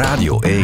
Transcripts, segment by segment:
Radio 1.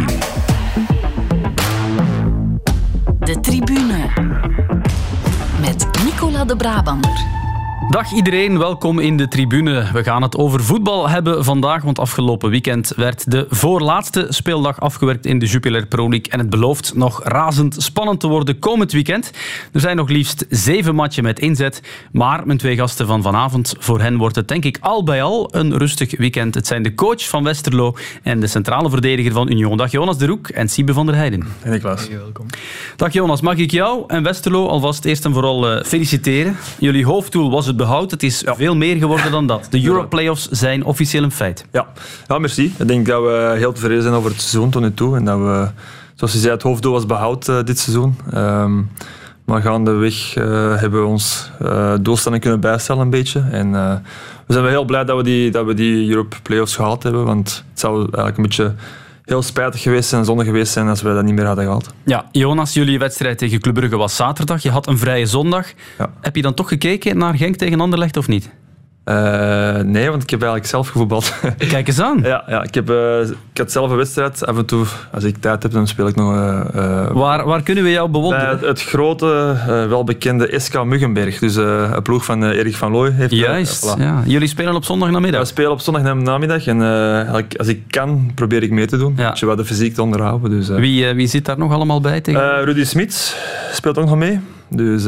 De Tribune. Met Nicola de Brabander. Dag iedereen, welkom in de Tribune. We gaan het over voetbal hebben vandaag, want afgelopen weekend werd de voorlaatste speeldag afgewerkt in de Jupiler Pro League en het belooft nog razend spannend te worden komend weekend. Er zijn nog liefst 7 matchen met inzet, maar mijn 2 gasten van vanavond, voor hen wordt het denk ik al bij al een rustig weekend. Het zijn de coach van Westerlo en de centrale verdediger van Union. Dag Jonas de Roek en Siebe van der Heijden. En Niklas. Welkom. Dag Jonas, mag ik jou en Westerlo alvast eerst en vooral feliciteren. Jullie hoofddoel was het behoud. Het is veel meer geworden dan dat. De Europlayoffs zijn officieel een feit. Ja, merci. Ik denk dat we heel tevreden zijn over het seizoen tot nu toe. En dat we, zoals je zei, het hoofddoel was behoud dit seizoen. Maar gaandeweg hebben we ons doelstelling kunnen bijstellen een beetje. En we zijn wel heel blij dat we die Europlayoffs gehaald hebben. Want het zou eigenlijk een beetje heel spijtig geweest zijn en zonde geweest zijn als we dat niet meer hadden gehaald. Ja, Jonas, jullie wedstrijd tegen Club Brugge was zaterdag. Je had een vrije zondag. Ja. Heb je dan toch gekeken naar Genk tegen Anderlecht of niet? Nee, want ik heb eigenlijk zelf gevoetbald. Kijk eens aan. Ja, ik had zelf een wedstrijd. Af en toe, als ik tijd heb, dan speel ik nog... Waar kunnen we jou bewonderen? Bij het grote, welbekende SK Muggenberg. Dus een ploeg van Erik van Looy. Heeft Juist, voilà. ja. Jullie spelen op zondagnamiddag. We spelen op zondagnamiddag en als ik kan, probeer ik mee te doen. Ja. Als je wat de fysiek te onderhouden. Dus, Wie zit daar nog allemaal bij? Tegen? Rudy Smits speelt ook nog mee. Dus...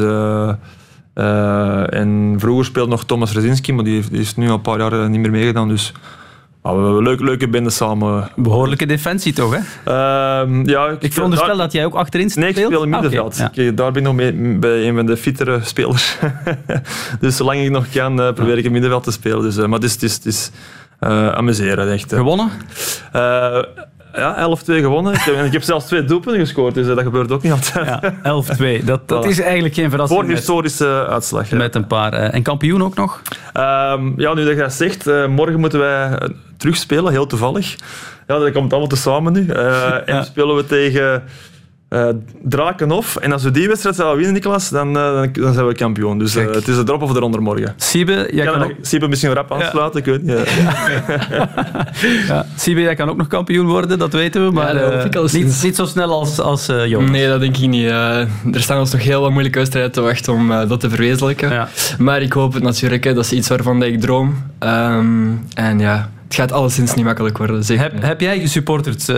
en vroeger speelde nog Thomas Rezinski, maar die is nu al een paar jaar niet meer meegedaan. Dus we hebben een leuke bende samen. Behoorlijke defensie toch, hè? Ja, Ik veronderstel dat jij ook achterin speelt. Nee, ik speel in middenveld. Okay, ja. Daar ben ik nog mee bij een van de fittere spelers. Dus zolang ik nog kan, probeer ik in middenveld te spelen. Dus, maar het is amuseren, echt. Gewonnen? Ja, 11-2 gewonnen. Ik heb zelfs 2 doelpunten gescoord, dus dat gebeurt ook niet altijd. Ja, 11-2. Dat is eigenlijk geen verrassing. Voor historische uitslag. Ja. Met een paar. En kampioen ook nog? Ja, nu dat je dat zegt, morgen moeten wij terugspelen, heel toevallig. Ja, dat komt allemaal tezamen nu. En spelen we tegen Drakenhof. En als we die wedstrijd zouden winnen, Niklas, dan zijn we kampioen. Dus het is de drop of eronder morgen. Siebe, jij kan ook... Siebe misschien rap aansluiten, ik weet niet. Ja. Siebe, jij kan ook nog kampioen worden, dat weten we. Maar niet zo snel als Jonas. Nee, dat denk ik niet. Er staan ons nog heel wat moeilijke wedstrijden te wachten om dat te verwezenlijken. Ja. Maar ik hoop het natuurlijk, dat is iets waarvan ik droom. En ja, het gaat alleszins niet makkelijk worden. Heb jij gesupporterd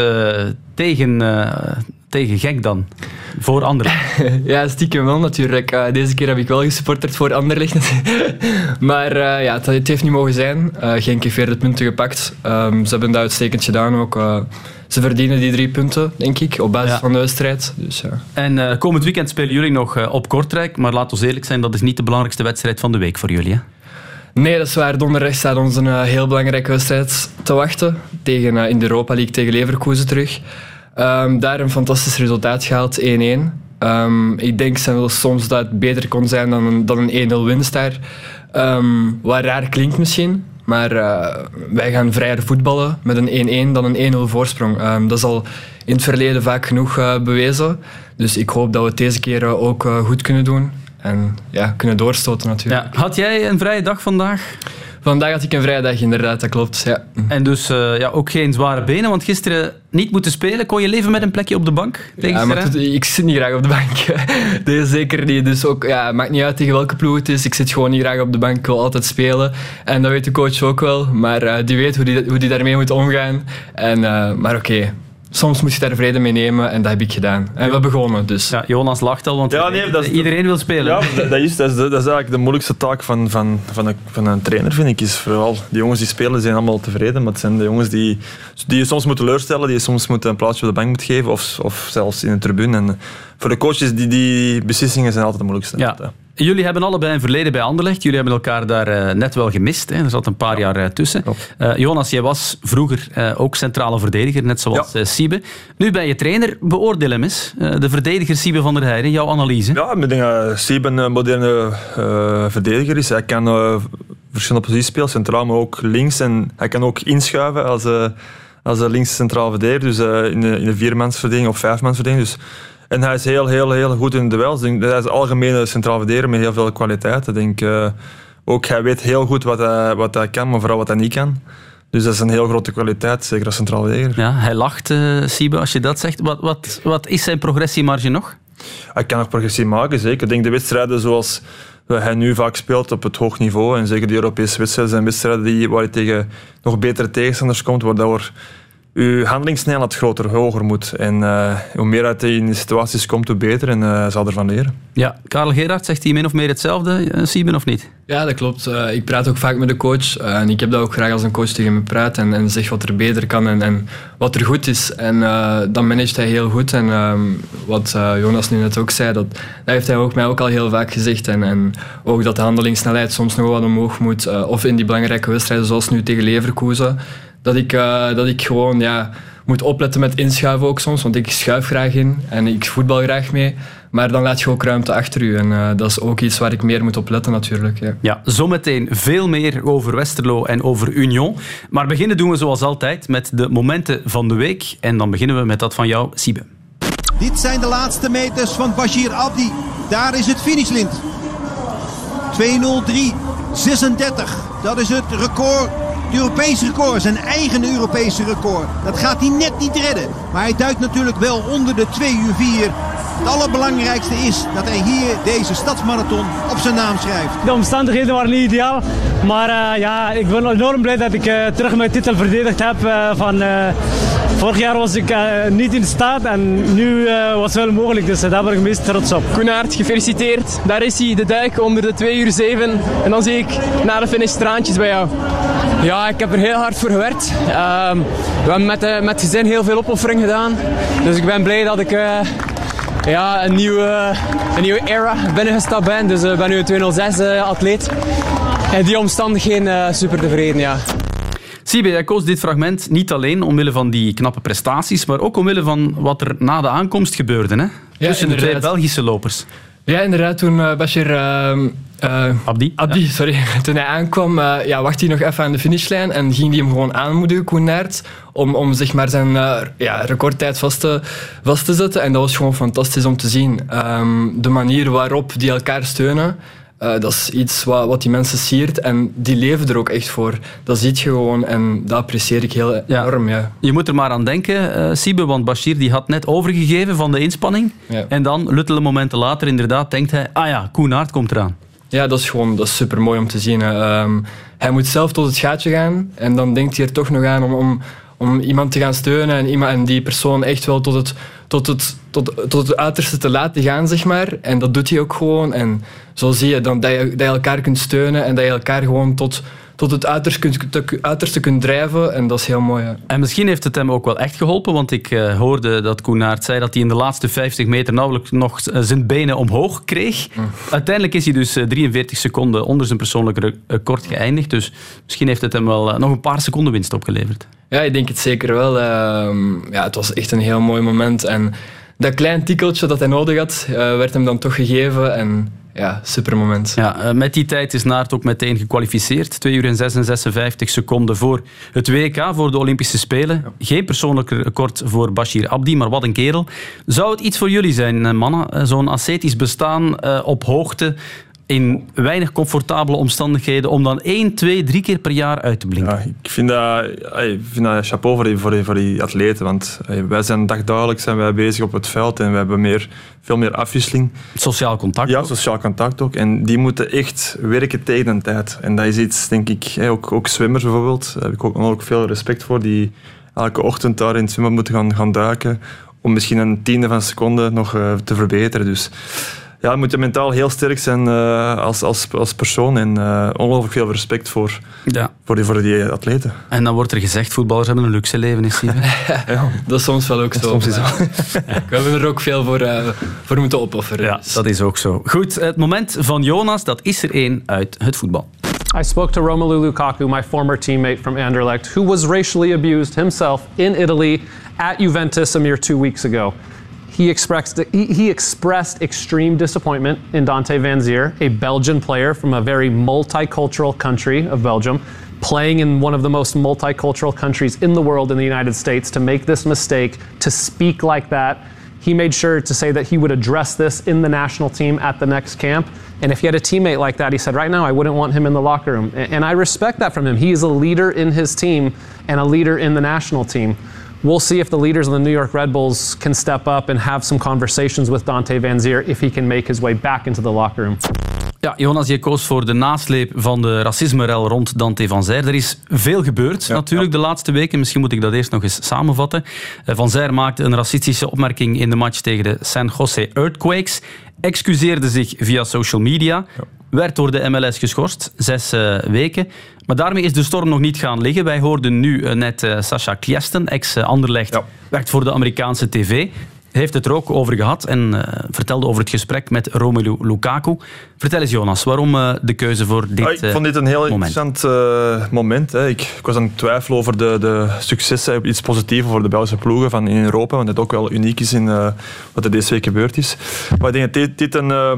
tegen Genk dan? Voor Anderlecht? Ja, stiekem wel natuurlijk. Deze keer heb ik wel gesupporterd voor Anderlecht. Maar het heeft niet mogen zijn. Genk heeft weer de punten gepakt. Ze hebben het uitstekend gedaan ook. Ze verdienen die 3 punten, denk ik, op basis van de wedstrijd. Dus, ja. En komend weekend spelen jullie nog op Kortrijk. Maar laten we eerlijk zijn, dat is niet de belangrijkste wedstrijd van de week voor jullie, hè? Nee, dat is waar. Donderdag staat ons een heel belangrijke wedstrijd te wachten. In de Europa League tegen Leverkusen terug. Daar een fantastisch resultaat gehaald, 1-1. Ik denk soms dat het beter kon zijn dan een 1-0 winst daar. Wat raar klinkt misschien, maar wij gaan vrijer voetballen met een 1-1 dan een 1-0 voorsprong. Dat is al in het verleden vaak genoeg bewezen. Dus ik hoop dat we het deze keer ook goed kunnen doen. En kunnen doorstoten natuurlijk. Ja. Had jij een vrije dag vandaag? Vandaag had ik een vrije dag, inderdaad, dat klopt. Ja. En dus ook geen zware benen, want gisteren niet moeten spelen. Kon je leven met een plekje op de bank? Maar ik zit niet graag op de bank. Nee, zeker niet. Dus ook, het maakt niet uit tegen welke ploeg het is. Ik zit gewoon niet graag op de bank. Ik wil altijd spelen. En dat weet de coach ook wel. Maar die weet hoe die daarmee moet omgaan. Maar oké. Soms moet je daar vrede mee nemen en dat heb ik gedaan. En we begonnen, dus. Ja, Jonas lacht al, want iedereen wil spelen. Ja, dat is eigenlijk de moeilijkste taak van een trainer, vind ik. Is vooral die jongens die spelen, zijn allemaal tevreden. Maar het zijn de jongens die je soms moet teleurstellen, die je soms een plaatsje op de bank moet geven, of zelfs in de tribune. En voor de coaches, die beslissingen zijn altijd de moeilijkste. Ja. Jullie hebben allebei een verleden bij Anderlecht. Jullie hebben elkaar daar net wel gemist. Hè. Er zat een paar jaar tussen. Jonas, jij was vroeger ook centrale verdediger, net zoals Siebe. Nu ben je trainer. Beoordeel hem eens. De verdediger Siebe van der Heijden, jouw analyse. Ja, ik denk dat Siebe een moderne verdediger is. Hij kan verschillende posities spelen, centraal, maar ook links. En hij kan ook inschuiven als links centraal verdediger. Dus in de 4-mansverdediging of 5-mansverdediging. Dus en hij is heel goed in de duels. Hij is een algemene centraal verdediger met heel veel kwaliteit. Ik denk ook, hij weet heel goed wat hij kan, maar vooral wat hij niet kan. Dus dat is een heel grote kwaliteit, zeker als centraal verdediger. Ja, hij lacht, Siebe, als je dat zegt. Wat is zijn progressiemarge nog? Hij kan nog progressie maken, zeker. Ik denk de wedstrijden zoals hij nu vaak speelt op het hoog niveau, en zeker de Europese wedstrijden zijn wedstrijden waar hij tegen nog betere tegenstanders komt, waardoor uw handelingssnelheid hoger moet. En hoe meer hij in die situaties komt, hoe beter. En hij zal ervan leren. Ja, Karel Gerard, zegt hij min of meer hetzelfde, Sieben, of niet? Ja, dat klopt. Ik praat ook vaak met de coach. En ik heb dat ook graag als een coach tegen me praat. En zeg wat er beter kan en wat er goed is. En dan managt hij heel goed. En wat Jonas nu net ook zei, dat heeft hij mij ook al heel vaak gezegd. En ook dat de handelingssnelheid soms nog wat omhoog moet. Of in die belangrijke wedstrijden, zoals nu tegen Leverkusen. Dat ik gewoon moet opletten met inschuiven ook soms, want ik schuif graag in en ik voetbal graag mee. Maar dan laat je ook ruimte achter u en dat is ook iets waar ik meer moet op letten natuurlijk. Ja. Ja, zometeen veel meer over Westerlo en over Union. Maar beginnen doen we zoals altijd met de momenten van de week. En dan beginnen we met dat van jou, Siebe. Dit zijn de laatste meters van Bashir Abdi. Daar is het finishlint. 2:03:36. Dat is het record. Het Europese record, zijn eigen Europese record. Dat gaat hij net niet redden. Maar hij duikt natuurlijk wel onder de 2:04. Het allerbelangrijkste is dat hij hier deze stadsmarathon op zijn naam schrijft. De omstandigheden waren niet ideaal. Maar ik ben enorm blij dat ik terug mijn titel verdedigd heb. Vorig jaar was ik niet in staat en nu was het wel mogelijk. Dus daar ben ik meest trots op. Koen Aert, gefeliciteerd. Daar is hij, de duik onder de 2:07. En dan zie ik na de finish traantjes bij jou. Ja, ik heb er heel hard voor gewerkt. We hebben met het gezin heel veel opoffering gedaan. Dus ik ben blij dat ik een nieuwe era binnengestapt ben. Dus ik ben nu een 2:06 atleet. In die omstandigheden super tevreden, ja. Siebe, jij koos dit fragment niet alleen omwille van die knappe prestaties, maar ook omwille van wat er na de aankomst gebeurde, hè? Ja, tussen de twee Belgische lopers. Ja, inderdaad, toen Bashir Abdi, sorry. Toen hij aankwam, wachtte hij nog even aan de finishlijn en ging hij hem gewoon aanmoedigen, Koen Aert, om zeg maar zijn recordtijd vast te zetten. En dat was gewoon fantastisch om te zien. De manier waarop die elkaar steunen, dat is iets wat die mensen siert en die leven er ook echt voor. Dat zie je gewoon en dat apprecieer ik heel enorm. Ja. Je moet er maar aan denken, Siebe, want Bashir die had net overgegeven van de inspanning. Ja. En dan, luttele momenten later, inderdaad, denkt hij, Koen Aert komt eraan. Ja, dat is super mooi om te zien. Hij moet zelf tot het gaatje gaan en dan denkt hij er toch nog aan om iemand te gaan steunen en die persoon echt wel tot het uiterste te laten gaan, zeg maar. En dat doet hij ook gewoon. En zo zie je dan dat je elkaar kunt steunen en dat je elkaar gewoon tot het uiterste kunt drijven. En dat is heel mooi. Ja. En misschien heeft het hem ook wel echt geholpen, want ik hoorde dat Koen Aert zei dat hij in de laatste 50 meter nauwelijks nog zijn benen omhoog kreeg. Uiteindelijk is hij dus 43 seconden onder zijn persoonlijke record geëindigd. Dus misschien heeft het hem wel nog een paar seconden winst opgeleverd. Ja, ik denk het zeker wel. Het was echt een heel mooi moment. En dat klein tikkeltje dat hij nodig had, werd hem dan toch gegeven. En ja, super moment. Ja, met die tijd is Aert ook meteen gekwalificeerd. 2 uur en 56 seconden voor het WK, voor de Olympische Spelen. Geen persoonlijk record voor Bashir Abdi, maar wat een kerel. Zou het iets voor jullie zijn, mannen? Zo'n ascetisch bestaan op hoogte, in weinig comfortabele omstandigheden, om dan 1, 2, 3 keer per jaar uit te blinken? Ja, ik vind dat chapeau voor die atleten, want wij zijn dagdagelijks bezig op het veld en we hebben veel meer afwisseling. Sociaal contact. Ja, sociaal contact ook. En die moeten echt werken tegen de tijd. En dat is iets, denk ik, ook zwemmers bijvoorbeeld, daar heb ik ook veel respect voor, die elke ochtend daar in het zwembad moeten gaan duiken, om misschien een tiende van een seconde nog te verbeteren. Dus ja, je moet mentaal heel sterk zijn als persoon en ongelooflijk veel respect voor die atleten. En dan wordt er gezegd, voetballers hebben een luxe leven, is het? Ja, dat is soms wel ook zo. Soms is dat. We hebben er ook veel voor moeten opofferen. Ja, dat is ook zo. Goed, het moment van Jonas, dat is er één uit het voetbal. I spoke to Romelu Lukaku, my former teammate from Anderlecht, who was racially abused himself in Italy at Juventus a mere 2 weeks ago. He expressed extreme disappointment in Dante Van Zier, a Belgian player from a very multicultural country of Belgium, playing in one of the most multicultural countries in the world, in the United States, to make this mistake, to speak like that. he made sure to say that he would address this in the national team at the next camp. And if he had a teammate like that, he said, right now, I wouldn't want him in the locker room. And I respect that from him. He is a leader in his team and a leader in the national team. We'll see if the leaders of the New York Red Bulls can step up and have some conversations with Dante Van Zier if he can make his way back into the locker room. Ja, Jonas, je koos voor de nasleep van de racisme-rel rond Dante Van Zier. Er is veel gebeurd natuurlijk de laatste weken. Misschien moet ik dat eerst nog eens samenvatten. Van Zier maakte een racistische opmerking in de match tegen de San Jose Earthquakes. Excuseerde zich via social media. Werd door de MLS geschorst, 6 weken. Maar daarmee is de storm nog niet gaan liggen. Wij hoorden nu net Sascha Kljesten, ex-Anderlecht, werkt voor de Amerikaanse tv. Heeft het er ook over gehad en vertelde over het gesprek met Romelu Lukaku. Vertel eens, Jonas, waarom de keuze voor dit moment? Ik vond dit een heel interessant moment. Hè. Ik was aan het twijfelen over de successen, iets positiefs voor de Belgische ploegen van in Europa, want het ook wel uniek is in wat er deze week gebeurd is. Maar ik denk dat dit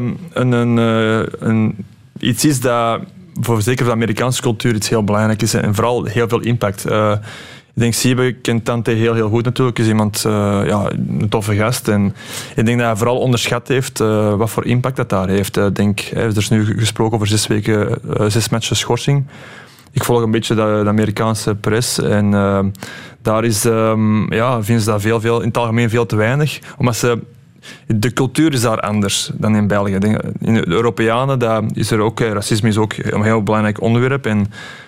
iets is dat zeker voor de Amerikaanse cultuur iets heel belangrijk is en vooral heel veel impact. Ik denk, Siebe kent Dante heel goed natuurlijk. Is iemand, een toffe gast. En ik denk dat hij vooral onderschat heeft wat voor impact dat daar heeft. Ik denk, er is nu gesproken over 6 matchen schorsing. Ik volg een beetje de Amerikaanse pers. En daar is, vinden ze dat veel, in het algemeen veel te weinig. Omdat de cultuur is daar anders dan in België. In de Europeanen is er ook, racisme is ook een heel belangrijk onderwerp. En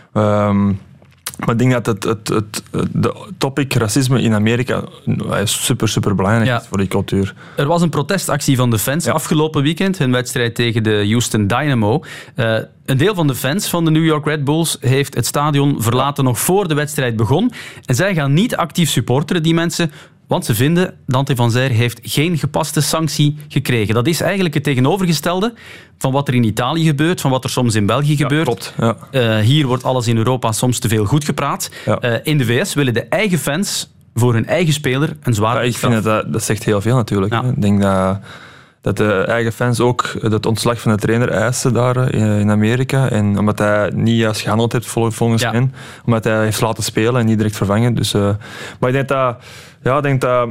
maar ik denk dat de topic racisme in Amerika super belangrijk is voor die cultuur. Er was een protestactie van de fans afgelopen weekend. Hun wedstrijd tegen de Houston Dynamo. Een deel van de fans van de New York Red Bulls heeft het stadion verlaten nog voor de wedstrijd begon. En zij gaan niet actief supporteren, die mensen. Want ze vinden, Dante Van Zier heeft geen gepaste sanctie gekregen. Dat is eigenlijk het tegenovergestelde van wat er in Italië gebeurt, van wat er soms in België gebeurt. Klopt, hier wordt alles in Europa soms te veel goed gepraat. In de VS willen de eigen fans voor hun eigen speler een zware ik vind dat zegt heel veel natuurlijk. Ja. Ik denk dat de eigen fans ook het ontslag van de trainer eisen daar in Amerika. En omdat hij niet juist gehandeld heeft volgens hen. Omdat hij heeft laten spelen en niet direct vervangen. Dus, maar ik denk dat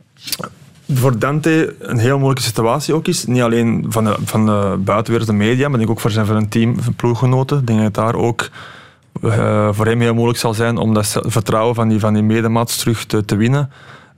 voor Dante een heel moeilijke situatie ook is. Niet alleen van de buitenwereld, de media, maar denk ook voor zijn team, zijn ploeggenoten. Ik denk dat het daar ook voor hem heel moeilijk zal zijn om dat vertrouwen van die medemaats terug te winnen.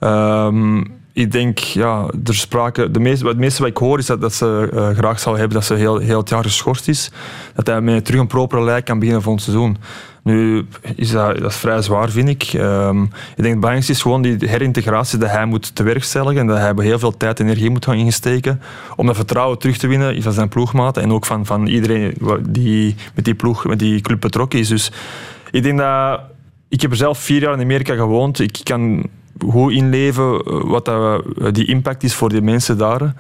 Ik denk, het meeste wat ik hoor is dat ze graag zou hebben dat ze heel het jaar geschorst is. Dat hij met terug een propere lijn kan beginnen voor het seizoen. Nu is dat is vrij zwaar, vind ik. Ik denk het belangrijkste is gewoon die herintegratie dat hij moet tewerkstellen en dat hij heel veel tijd en energie moet gaan insteken om dat vertrouwen terug te winnen van zijn ploegmaten en ook van iedereen die met die club betrokken is. Dus ik denk dat... Ik heb er zelf 4 jaar in Amerika gewoond. Ik kan goed inleven wat die impact is voor die mensen daar.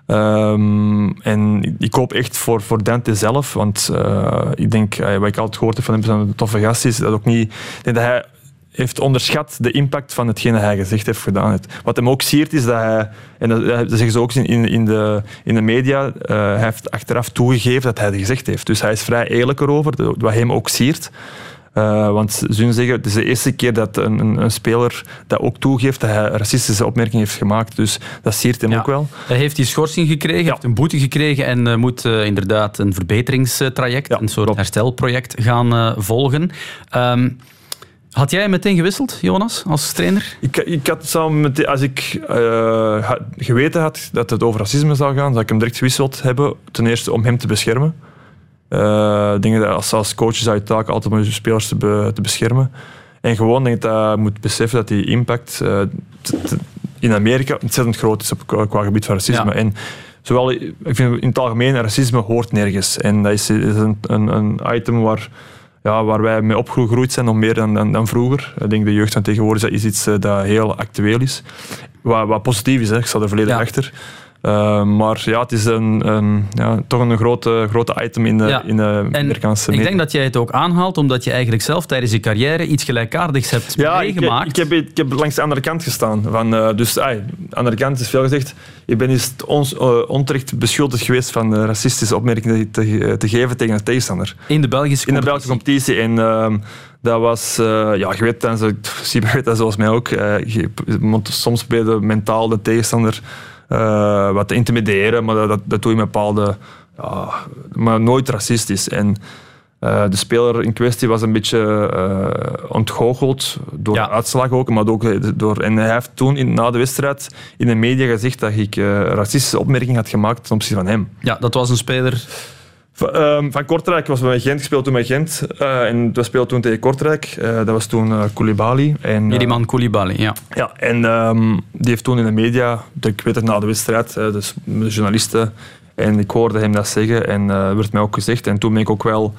En ik hoop echt voor Dante zelf, want ik denk, wat ik altijd gehoord heb van hem, dat een toffe gast is, dat ook niet... Ik denk dat hij heeft onderschat de impact van hetgene hij gezegd heeft gedaan. Wat hem ook siert is dat hij, en dat zeggen ze ook in de media, hij heeft achteraf toegegeven dat hij het gezegd heeft. Dus hij is vrij eerlijk erover, wat hem ook siert. Want ze zullen zeggen, het is de eerste keer dat een speler dat ook toegeeft dat hij racistische opmerkingen heeft gemaakt. Dus dat siert hem ook wel. Hij heeft die schorsing gekregen, heeft een boete gekregen en moet inderdaad een verbeteringstraject, een soort herstelproject gaan volgen. Had jij meteen gewisseld, Jonas, als trainer? Ik had samen met, als ik geweten had dat het over racisme zou gaan, zou ik hem direct gewisseld hebben. Ten eerste om hem te beschermen. Ik denk dat als coach zou je taak altijd om je spelers te beschermen. En gewoon denk ik dat je moet beseffen dat die impact in Amerika ontzettend groot is qua gebied van racisme. En zowel, ik vind in het algemeen, racisme hoort nergens. En dat is een item waar wij mee opgegroeid zijn, nog meer dan vroeger. Ik denk de jeugd van tegenwoordig is iets dat heel actueel is. Wat positief is, hè. Ik sta er volledig achter. Maar het is toch een grote item in de Amerikaanse media. Ik denk dat jij het ook aanhaalt, omdat je eigenlijk zelf tijdens je carrière iets gelijkaardigs hebt meegemaakt. Ik heb langs de andere kant gestaan. De andere kant is veel gezegd. Ik ben eens onterecht beschuldigd geweest van racistische opmerkingen te geven tegen een tegenstander. In de Belgische competitie. En Dat was, je weet dat zoals mij ook. Je moet soms proberen mentaal de tegenstander wat te intimideren, maar dat doe je met bepaalde... maar nooit racistisch. En de speler in kwestie was een beetje ontgoocheld door de uitslag ook, maar ook door... En hij heeft toen na de wedstrijd in de media gezegd dat ik racistische opmerkingen had gemaakt ten opzichte van hem. Ja, dat was een speler... Van Kortrijk was bij Gent, gespeeld toen bij Gent. En we speelden toen tegen Kortrijk. Dat was toen Koulibaly. Miriman Koulibaly, ja. Ja, en die heeft toen in de media, ik weet het na de wedstrijd, dus de journalisten, en ik hoorde hem dat zeggen en werd mij ook gezegd. En toen ben ik ook wel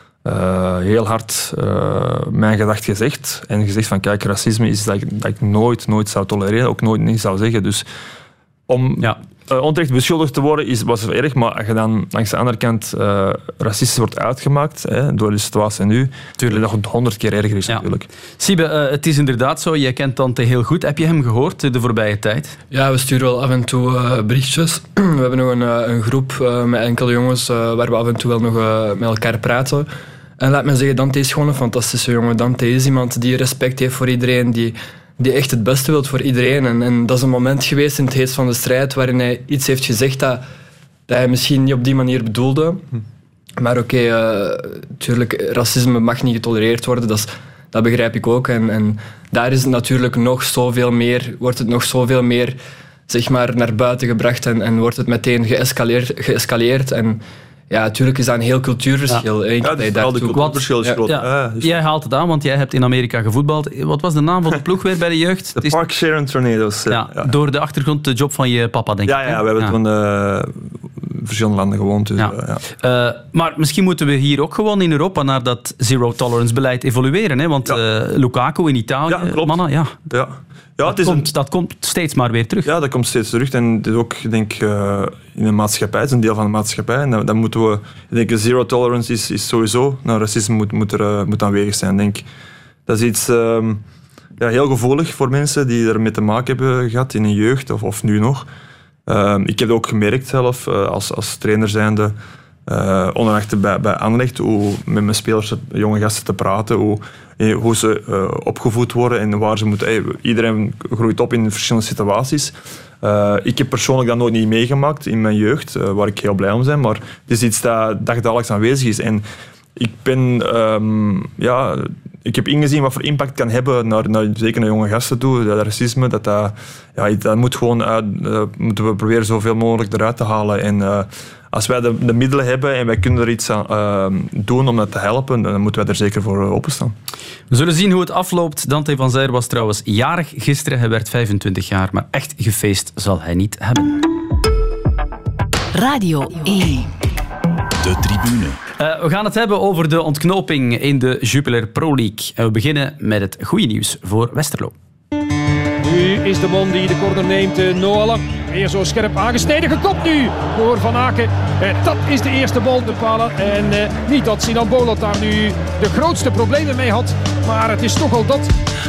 heel hard mijn gedacht gezegd. En gezegd van, kijk, racisme is dat ik nooit zou tolereren, ook nooit niet zou zeggen. Dus om... Ja. Onterecht beschuldigd te worden was erg, maar als je dan langs de andere kant racistisch wordt uitgemaakt door de situatie nu, tuurlijk nog 100 keer erger is natuurlijk. Siebe, het is inderdaad zo, jij kent Dante heel goed. Heb je hem gehoord de voorbije tijd? Ja, we sturen wel af en toe berichtjes. We hebben nog een groep met enkele jongens waar we af en toe wel nog met elkaar praten. En laat me zeggen, Dante is gewoon een fantastische jongen. Dante is iemand die respect heeft voor iedereen, die echt het beste wilt voor iedereen. En dat is een moment geweest in het heet van de strijd waarin hij iets heeft gezegd dat hij misschien niet op die manier bedoelde. Maar oké, natuurlijk, racisme mag niet getolereerd worden. Dat begrijp ik ook. En daar is het natuurlijk wordt het nog zoveel meer zeg maar, naar buiten gebracht en wordt het meteen geëscaleerd. En ja, natuurlijk is dat een heel cultuurverschil. Ja, dat is vooral de cultuurverschil is groot. Dus jij haalt het aan, want jij hebt in Amerika gevoetbald. Wat was de naam van de ploeg weer bij de jeugd? De Park Sharon Tornadoes. Door de achtergrond de job van je papa, denk ik. Ja, we hebben toen verschillende landen gewoond. Dus, maar misschien moeten we hier ook gewoon in Europa naar dat zero-tolerance beleid evolueren. Hè? Want Lukaku in Italië, mannen, dat komt steeds maar weer terug. Ja, dat komt steeds terug. En dit is ook, ik denk, in de maatschappij, het is een deel van de maatschappij. En dan moeten we, ik denk, zero tolerance is sowieso, racisme moet aanwezig zijn. Ik denk, dat is iets heel gevoelig voor mensen die ermee te maken hebben gehad in hun jeugd of nu nog. Ik heb het ook gemerkt zelf, als trainer zijnde, ongeacht bij Anderlecht, hoe met mijn spelers, jonge gasten te praten, hoe ze opgevoed worden en waar ze moeten... iedereen groeit op in verschillende situaties. Ik heb persoonlijk dat nooit niet meegemaakt in mijn jeugd, waar ik heel blij om ben, maar het is iets dat dagelijks aanwezig is. En ik heb ingezien wat voor impact kan hebben naar zeker naar jonge gasten toe. Dat racisme, dat moet gewoon moeten we proberen zoveel mogelijk eruit te halen. En als wij de middelen hebben en wij kunnen er iets aan doen om dat te helpen, dan moeten wij er zeker voor openstaan. We zullen zien hoe het afloopt. Dante van Zijr was trouwens jarig gisteren. Hij werd 25 jaar, maar echt gefeest zal hij niet hebben. Radio 1. De tribune. We gaan het hebben over de ontknoping in de Jupiler Pro League. En we beginnen met het goede nieuws voor Westerlo. Nu is de man die de corner neemt, Noah Lang. Weer zo scherp aangesneden, gekopt nu door Van Aken. Dat is de eerste bal te palen. En niet dat Sinan Bolat daar nu de grootste problemen mee had. Maar het is toch al dat.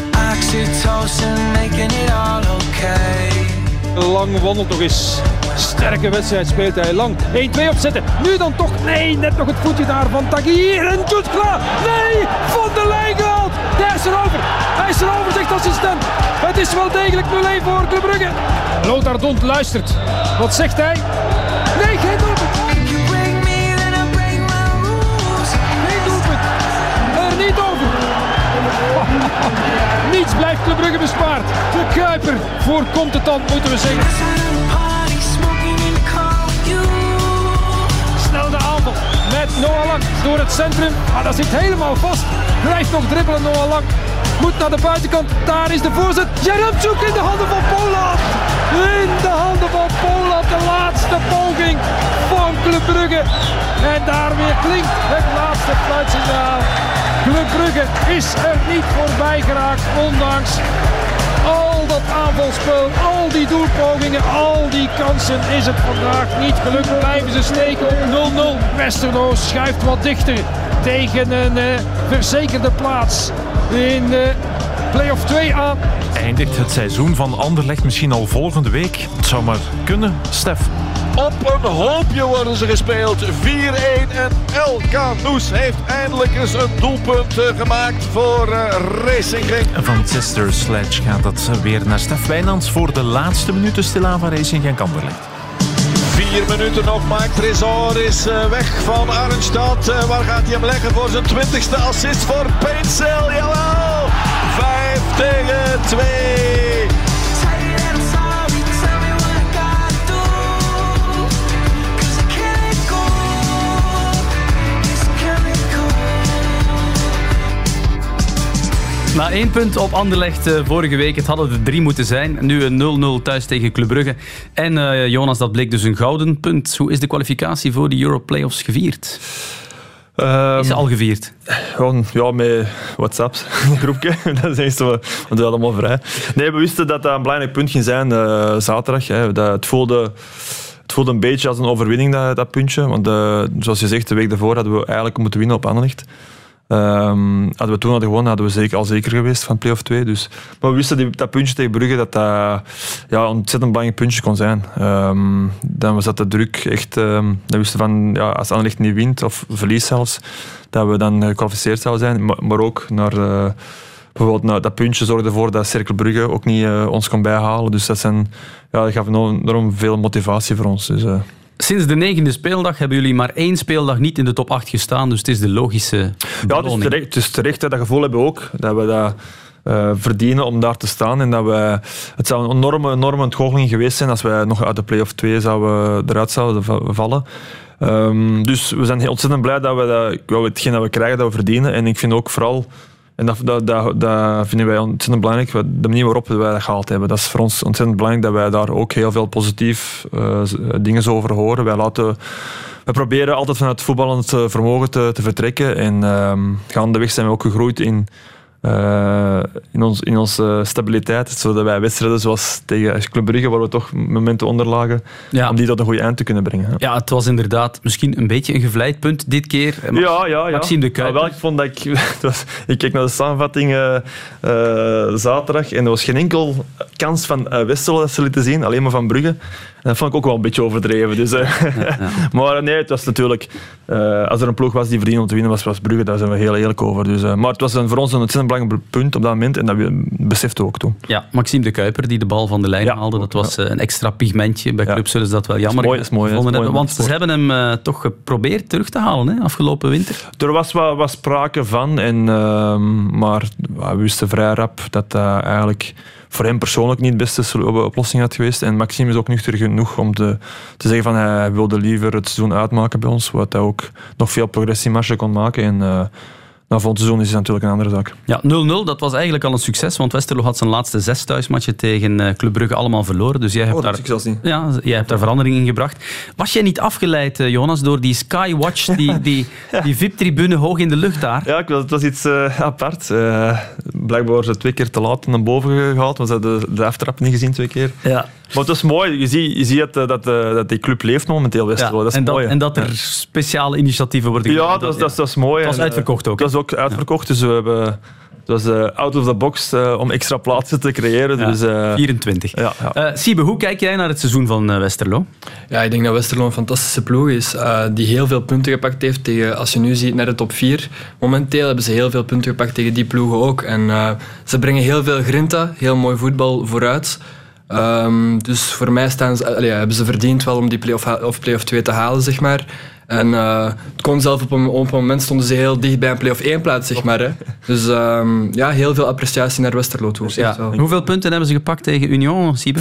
Lang wandelt nog eens. Sterke wedstrijd speelt hij. Lang 1-2 opzetten. Nu dan toch. Nee, net nog het voetje daar van Taguier. En doet klaar. Nee, Van der Leyen gehaald. Daar is erover. Hij is erover, zegt de assistent. Het is wel degelijk 0-1 voor Club Brugge. Lothar Dont luistert. Wat zegt hij? Nee, geen doelpunt. Geen doelpunt. Er niet over. Niets blijft Club Brugge bespaard. De Kuiper voorkomt het dan, moeten we zeggen. Snel de aanval met Noah Lang door het centrum. Maar dat zit helemaal vast. Blijft nog dribbelen Noah Lang. Moet naar de buitenkant. Daar is de voorzet. Jaremchuk in de handen van Polat. In de handen van Polat. De laatste poging van Club Brugge. En daar weer klinkt het laatste fluitsignaal. Club Brugge is er niet voorbij geraakt. Ondanks al dat aanvalspel, al die doelpogingen, al die kansen is het vandaag niet gelukt. Blijven ze steken op 0-0. Westerlo schuift wat dichter tegen een verzekerde plaats in play-off 2 aan. Eindigt het seizoen van Anderlecht misschien al volgende week? Het zou maar kunnen, Stef. Op een hoopje worden ze gespeeld. 4-1 en El Canoes heeft eindelijk eens een doelpunt gemaakt voor Racing Genk. Van Sister Sledge gaat het weer naar Stef Wijnands voor de laatste minuten stilaan van Racing Genk Anderlecht. 4 minuten nog, maar Trésor is weg van Arnstad. Waar gaat hij hem leggen voor zijn 20ste assist voor Peetzel? Jawel! 5-2. Na 1 punt op Anderlecht vorige week. Het hadden er 3 moeten zijn. Nu een 0-0 thuis tegen Club Brugge. En Jonas, dat bleek dus een gouden punt. Hoe is de kwalificatie voor de Euro Playoffs gevierd? Is ze al gevierd? Gewoon met WhatsApps, een groepje. Dat is echt zo, we doen dat allemaal vrij. Nee, we wisten dat dat een belangrijk punt ging zijn zaterdag. Het voelde een beetje als een overwinning, dat puntje. Want zoals je zegt, de week daarvoor hadden we eigenlijk moeten winnen op Anderlecht. Hadden we toen gewonnen, hadden we al zeker geweest van play-off 2. Dus. Maar we wisten dat puntje tegen Brugge dat een ontzettend belangrijk puntje kon zijn. Dan was dat de druk echt. Dan wisten we van als Anderlecht niet wint of verliest zelfs, dat we dan gekwalificeerd zouden zijn. Maar ook naar bijvoorbeeld dat puntje zorgde ervoor dat Cercle Brugge ook niet ons kon bijhalen. Dus dat gaf enorm veel motivatie voor ons. Dus, Sinds de 9e speeldag hebben jullie maar 1 speeldag niet in de top 8 gestaan. Dus het is de logische beloning. Ja, het is terecht. Dat gevoel hebben we ook. Dat we dat verdienen om daar te staan. En dat het zou een enorme ontgoocheling geweest zijn als wij nog uit de play-off 2 eruit zouden vallen. Dus we zijn ontzettend blij dat we hetgeen dat we krijgen, dat we verdienen. En ik vind ook vooral... En dat vinden wij ontzettend belangrijk, de manier waarop wij dat gehaald hebben. Dat is voor ons ontzettend belangrijk dat wij daar ook heel veel positief dingen over horen. Wij proberen altijd vanuit het voetballend vermogen te vertrekken. En gaandeweg zijn we ook gegroeid in onze stabiliteit, zodat wij wedstrijden zoals tegen Club Brugge, waar we toch momenten onderlagen, om die tot een goed eind te kunnen brengen. Ja, het was inderdaad misschien een beetje een gevleid punt dit keer. Maxime de Kuiper. Ik vond dat ik keek naar de samenvatting zaterdag en er was geen enkel kans van Westerlo dat ze lieten zien, alleen maar van Brugge. En dat vond ik ook wel een beetje overdreven. Dus, Maar nee, het was natuurlijk... als er een ploeg was die verdiende om te winnen, was Brugge. Daar zijn we heel eerlijk over. Dus, maar het was voor ons een ontzettend belangrijk punt op dat moment. En dat beseften we ook toen. Ja, Maxime de Kuiper die de bal van de lijn haalde. Dat was een extra pigmentje. Bij clubs zullen ze dat wel jammer gevonden hebben. Want ze hebben hem toch geprobeerd terug te halen, afgelopen winter. Er was sprake van. Maar we wisten vrij rap dat eigenlijk... voor hem persoonlijk niet de beste oplossing had geweest. En Maxime is ook nuchter genoeg om te zeggen van hij wilde liever het seizoen uitmaken bij ons, wat hij ook nog veel progressiemarge kon maken. En na volgend seizoen is het natuurlijk een andere zaak. Ja, 0-0, dat was eigenlijk al een succes, want Westerlo had zijn laatste 6 thuismatchen tegen Club Brugge allemaal verloren. Dus jij hebt daar verandering in gebracht. Was jij niet afgeleid, Jonas, door die Skywatch, die VIP-tribune hoog in de lucht daar? Ja, het was iets apart. Blijkbaar waren ze 2 keer te laat naar boven gehaald, want ze hadden de aftrap niet gezien 2 keer. Ja. Maar het was mooi. Je ziet dat die club leeft momenteel, Westerlo. Dat is mooi. En dat er speciale initiatieven worden genomen. Ja, dat is mooi. Het was uitverkocht ook. Het was ook uitverkocht, dus we hebben... Het was out of the box om extra plaatsen te creëren. Ja, dus, 24. Siebe, hoe kijk jij naar het seizoen van Westerlo? Ja, ik denk dat Westerlo een fantastische ploeg is. Die heel veel punten gepakt heeft tegen, als je nu ziet, naar de top 4. Momenteel hebben ze heel veel punten gepakt tegen die ploegen ook. En ze brengen heel veel grinta, heel mooi voetbal vooruit. Dus voor mij hebben ze verdiend wel om die play-off 2 te halen, zeg maar. En het kon zelf op een moment stonden ze heel dicht bij een play-off 1 plaats, zeg maar. Hè. Dus heel veel appreciatie naar Westerlo toe. Ja. Hoeveel punten hebben ze gepakt tegen Union, Siebe?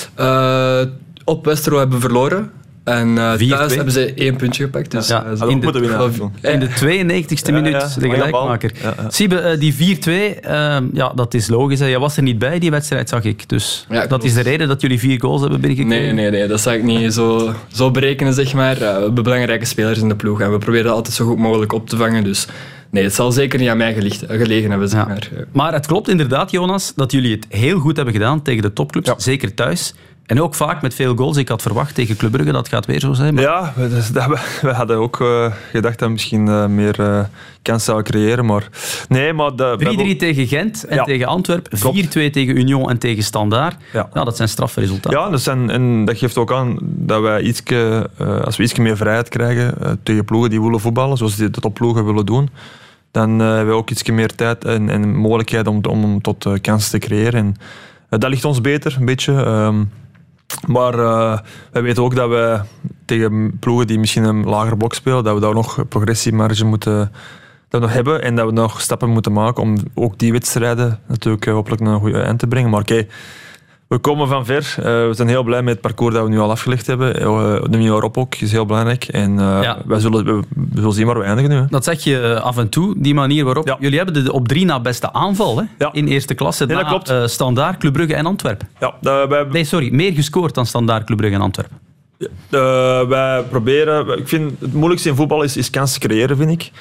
Op Westerlo hebben we verloren. En thuis hebben ze 1 puntje gepakt. Dus, in de 92e minuut de gelijkmaker. Siebe, die 4-2, dat is logisch. Jij was er niet bij, die wedstrijd, zag ik. Dus dat is de reden dat jullie 4 goals hebben binnengekregen? Nee, dat zou ik niet zo berekenen, zeg maar. We hebben belangrijke spelers in de ploeg en we proberen dat altijd zo goed mogelijk op te vangen. Dus nee, het zal zeker niet aan mij gelegen hebben, zeg maar. Maar het klopt inderdaad, Jonas, dat jullie het heel goed hebben gedaan tegen de topclubs, zeker thuis. En ook vaak met veel goals. Ik had verwacht tegen Club Brugge, dat gaat weer zo zijn. Maar... Ja, we hadden ook gedacht dat we misschien meer kans zouden creëren. Maar... Nee, maar 3-3 tegen Gent en tegen Antwerpen. 4-2 tegen Union en tegen Standaard. Ja, dat zijn straffe resultaten. Ja, en dat geeft ook aan dat wij als we iets meer vrijheid krijgen tegen ploegen die willen voetballen, zoals de topploegen willen doen, dan hebben we ook iets meer tijd en mogelijkheid om tot kansen te creëren. En dat ligt ons beter, een beetje. Maar wij weten ook dat we tegen ploegen die misschien een lager blok spelen, dat we daar nog progressiemarge moeten hebben en dat we nog stappen moeten maken om ook die wedstrijden natuurlijk hopelijk naar een goede eind te brengen. Maar oké, we komen van ver. We zijn heel blij met het parcours dat we nu al afgelegd hebben. De nieuwe Europa ook is heel belangrijk. En we zullen zien waar we eindigen nu. Hè. Dat zeg je af en toe, die manier waarop. Ja. Jullie hebben de op 3 na beste aanval in eerste klasse. Nee, dat klopt. Standaard, Club Brugge en Antwerpen. Ja, meer gescoord dan Standaard, Club Brugge en Antwerpen. Wij proberen... Ik vind het moeilijkste in voetbal is kansen creëren, vind ik.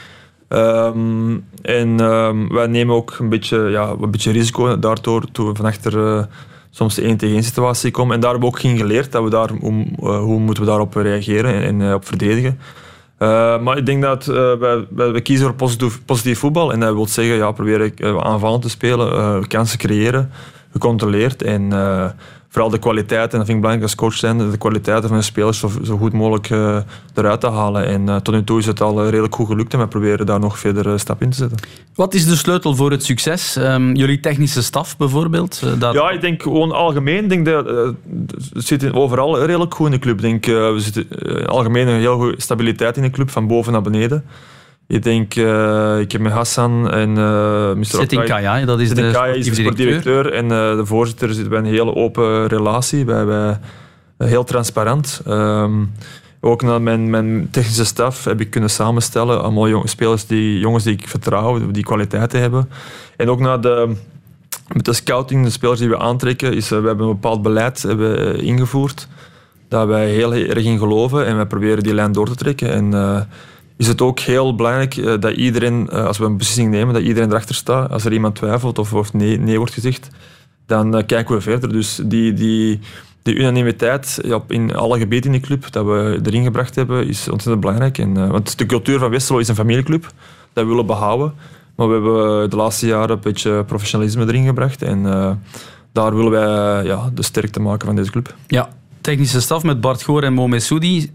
Wij nemen ook een beetje risico daardoor toen we van achter soms de 1-tegen-1 situatie komen. En daar hebben we ook geleerd dat we hoe moeten we daarop reageren en op verdedigen. Maar ik denk dat we kiezen voor positief voetbal. En dat wil zeggen, proberen aanvallend te spelen, kansen creëren, gecontroleerd. En vooral de kwaliteit, en dat vind ik belangrijk als coach zijn, de kwaliteiten van de spelers zo goed mogelijk eruit te halen. En tot nu toe is het al redelijk goed gelukt en we proberen daar nog verder stap in te zetten. Wat is de sleutel voor het succes? Jullie technische staf bijvoorbeeld? Ja, ik denk gewoon algemeen. Ik denk dat het zit overal redelijk goed in de club. Ik denk, we zitten algemeen een heel goede stabiliteit in de club, van boven naar beneden. Ik denk, ik heb met Hassan en Mr. Setin Kaya, dat is de sportief directeur. En de voorzitter zitten bij een hele open relatie. Wij heel transparant. Ook naar mijn technische staf heb ik kunnen samenstellen. Allemaal jongens die ik vertrouw, die kwaliteiten hebben. En ook met de scouting, de spelers die we aantrekken, we hebben een bepaald beleid ingevoerd. Daar wij heel erg in geloven en wij proberen die lijn door te trekken. En is het ook heel belangrijk dat iedereen, als we een beslissing nemen, dat iedereen erachter staat. Als er iemand twijfelt of nee wordt gezegd, dan kijken we verder. Dus die unanimiteit in alle gebieden in de club dat we erin gebracht hebben, is ontzettend belangrijk. Want de cultuur van Westerlo is een familieclub, dat we willen behouden. Maar we hebben de laatste jaren een beetje professionalisme erin gebracht. En daar willen wij de sterkte maken van deze club. Ja. Technische staf met Bart Goor en Mo Messoudi.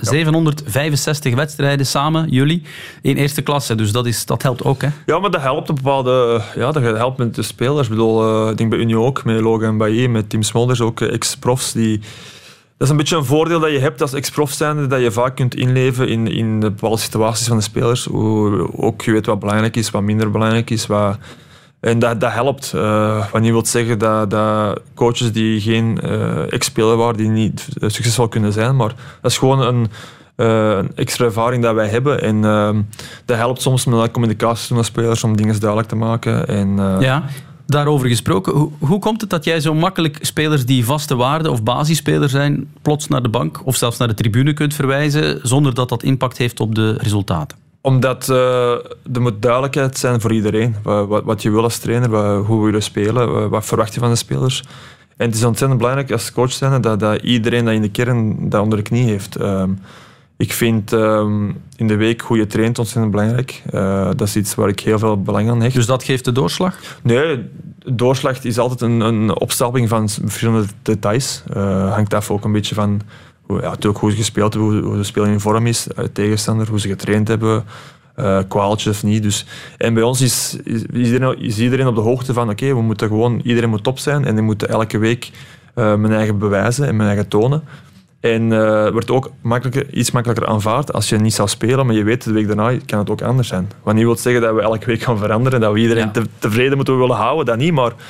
765 wedstrijden samen, jullie, in eerste klasse. Dus dat helpt ook, hè? Ja, maar dat helpt op bepaalde... Ja, dat helpt met de spelers. Ik bedoel, ik denk bij Union ook, met Logan Bailly, met Tim Smolders, ook ex-profs. Dat is een beetje een voordeel dat je hebt als ex-prof zijnde, dat je vaak kunt inleven in de bepaalde situaties van de spelers. Ook je weet wat belangrijk is, wat minder belangrijk is, En dat helpt. Wat niet wil zeggen dat coaches die geen ex-speler waren, die niet succesvol kunnen zijn. Maar dat is gewoon een extra ervaring dat wij hebben. En dat helpt soms met de communicatie met spelers om dingen duidelijk te maken. Ja, daarover gesproken. Hoe komt het dat jij zo makkelijk spelers die vaste waarde of basisspeler zijn, plots naar de bank of zelfs naar de tribune kunt verwijzen, zonder dat dat impact heeft op de resultaten? Omdat er moet duidelijkheid zijn voor iedereen. Wat je wil als trainer, hoe wil je spelen, wat verwacht je van de spelers. En het is ontzettend belangrijk als coach zijn dat iedereen dat in de kern dat onder de knie heeft. Ik vind in de week hoe je traint ontzettend belangrijk. Dat is iets waar ik heel veel belang aan hecht. Dus dat geeft de doorslag? Nee, de doorslag is altijd een opstapeling van verschillende details. Hangt af ook een beetje van... natuurlijk hoe ze gespeeld hebben, hoe de speler in vorm is, tegenstander, hoe ze getraind hebben, kwaaltjes of niet. Dus, en bij ons is iedereen op de hoogte van iedereen moet top zijn en die moet elke week mijn eigen bewijzen en mijn eigen tonen. En wordt ook iets makkelijker aanvaard als je niet zou spelen, maar je weet de week daarna kan het ook anders zijn. Wat niet wil zeggen dat we elke week gaan veranderen, dat we iedereen tevreden moeten willen houden, dat niet, maar...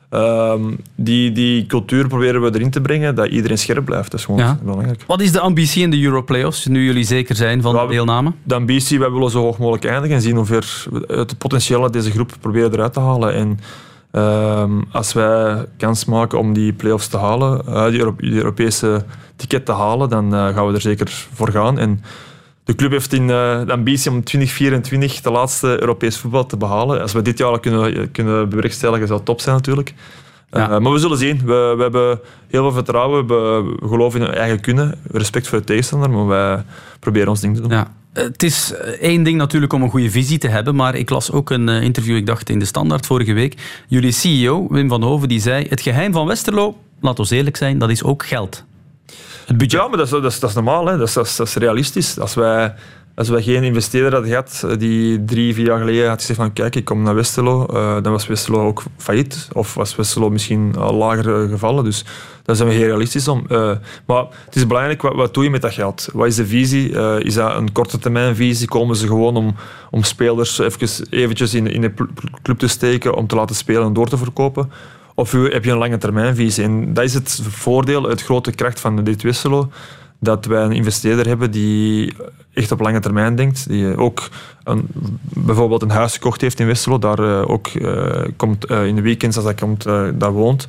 Die cultuur proberen we erin te brengen, dat iedereen scherp blijft. Dat is gewoon belangrijk. Wat is de ambitie in de Europlayoffs, nu jullie zeker zijn van de deelname? De ambitie, wij willen zo hoog mogelijk eindigen en zien hoe ver het potentieel uit deze groep proberen eruit te halen. En als wij kans maken om die play-offs te halen, die Europese ticket te halen, dan gaan we er zeker voor gaan. En de club heeft de ambitie om 2024 de laatste Europees voetbal te behalen. Als we dit jaar al kunnen bewerkstelligen, zou het top zijn natuurlijk. Maar we zullen zien. We hebben heel veel vertrouwen. We geloven in eigen kunnen. Respect voor de tegenstander, maar wij proberen ons ding te doen. Ja. Het is één ding natuurlijk om een goede visie te hebben, maar ik las ook een interview, ik dacht in de Standaard vorige week. Jullie CEO, Wim van Hoven, die zei: het geheim van Westerlo, laat ons eerlijk zijn, dat is ook geld. Het budget. Ja, maar dat is normaal. Hè. Dat is realistisch. Als wij geen investeerder hadden gehad die 3-4 jaar geleden had gezegd van kijk, ik kom naar Westerlo, dan was Westerlo ook failliet. Of was Westerlo misschien al lager gevallen. Dus daar zijn we heel realistisch om. Maar het is belangrijk, wat doe je met dat geld? Wat is de visie? Is dat een korte termijn visie? Komen ze gewoon om spelers eventjes in de club te steken, om te laten spelen en door te verkopen? Of heb je een lange termijn visie? En dat is het voordeel, het grote kracht van dit Westerlo. Dat wij een investeerder hebben die echt op lange termijn denkt. Die ook bijvoorbeeld een huis gekocht heeft in Westerlo. Daar ook komt in de weekends, als hij komt, daar woont.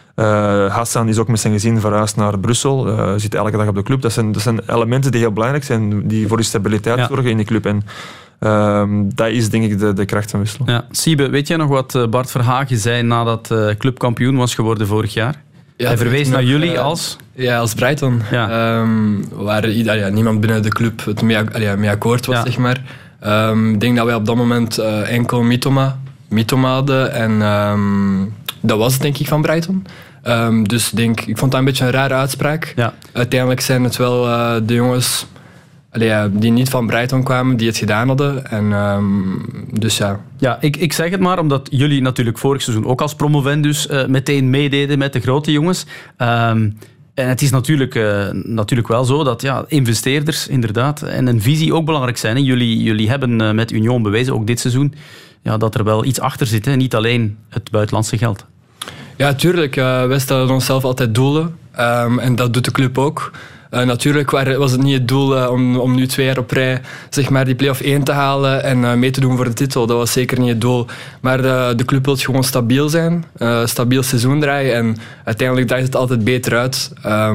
Hassan is ook met zijn gezin verhuisd naar Brussel. Zit elke dag op de club. Dat zijn elementen die heel belangrijk zijn. Die voor de stabiliteit zorgen in de club. En dat is denk ik de kracht van Westerlo. Ja. Siebe, weet jij nog wat Bart Verhagen zei nadat clubkampioen was geworden vorig jaar? Ja, hij verwees naar jullie als... Ja, als Brighton. Ja. Waar niemand binnen de club het mee akkoord was, zeg maar. Ik denk dat wij op dat moment enkel Mitoma hadden. En dat was het, denk ik, van Brighton. Dus ik vond dat een beetje een rare uitspraak. Ja. Uiteindelijk zijn het wel de jongens die niet van Brighton kwamen, die het gedaan hadden. En, dus ja. Ja, ik zeg het maar, omdat jullie natuurlijk vorig seizoen ook als promovendus meteen meededen met de grote jongens. En het is natuurlijk wel zo dat investeerders inderdaad en een visie ook belangrijk zijn. Hè. Jullie hebben met Union bewezen, ook dit seizoen, dat er wel iets achter zit. Hè. Niet alleen het buitenlandse geld. Ja, tuurlijk. Wij stellen onszelf altijd doelen. En dat doet de club ook. Natuurlijk was het niet het doel om nu 2 jaar op rij zeg maar, die play-off 1 te halen en mee te doen voor de titel. Dat was zeker niet het doel. Maar de club wil gewoon stabiel zijn. Stabiel seizoen draaien. En uiteindelijk draait het altijd beter uit.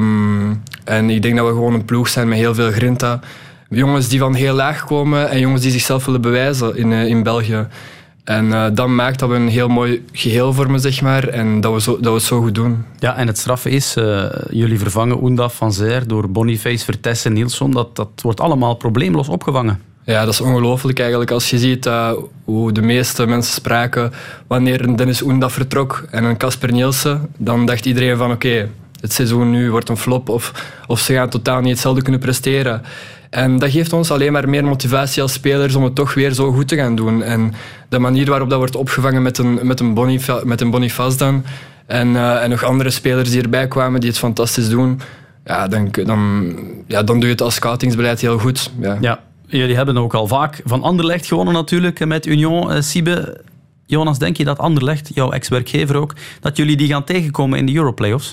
En ik denk dat we gewoon een ploeg zijn met heel veel grinta. Jongens die van heel laag komen en jongens die zichzelf willen bewijzen in België. En dat maakt dat we een heel mooi geheel vormen, zeg maar, en dat we het zo goed doen. Ja, en het straffe is, jullie vervangen Oendaf van Zijr door Boniface, Vertes en Nilsson. Dat wordt allemaal probleemloos opgevangen. Ja, dat is ongelooflijk eigenlijk. Als je ziet hoe de meeste mensen spraken wanneer een Dennis Oendaf vertrok en een Casper Nielsen, dan dacht iedereen van oké, het seizoen nu wordt een flop of ze gaan totaal niet hetzelfde kunnen presteren. En dat geeft ons alleen maar meer motivatie als spelers om het toch weer zo goed te gaan doen. En de manier waarop dat wordt opgevangen met een Boniface dan, en nog andere spelers die erbij kwamen die het fantastisch doen, dan doe je het als scoutingsbeleid heel goed. Ja, jullie hebben ook al vaak van Anderlecht gewonnen natuurlijk met Union. Siebe, Jonas, denk je dat Anderlecht, jouw ex-werkgever ook, dat jullie die gaan tegenkomen in de Europlayoffs?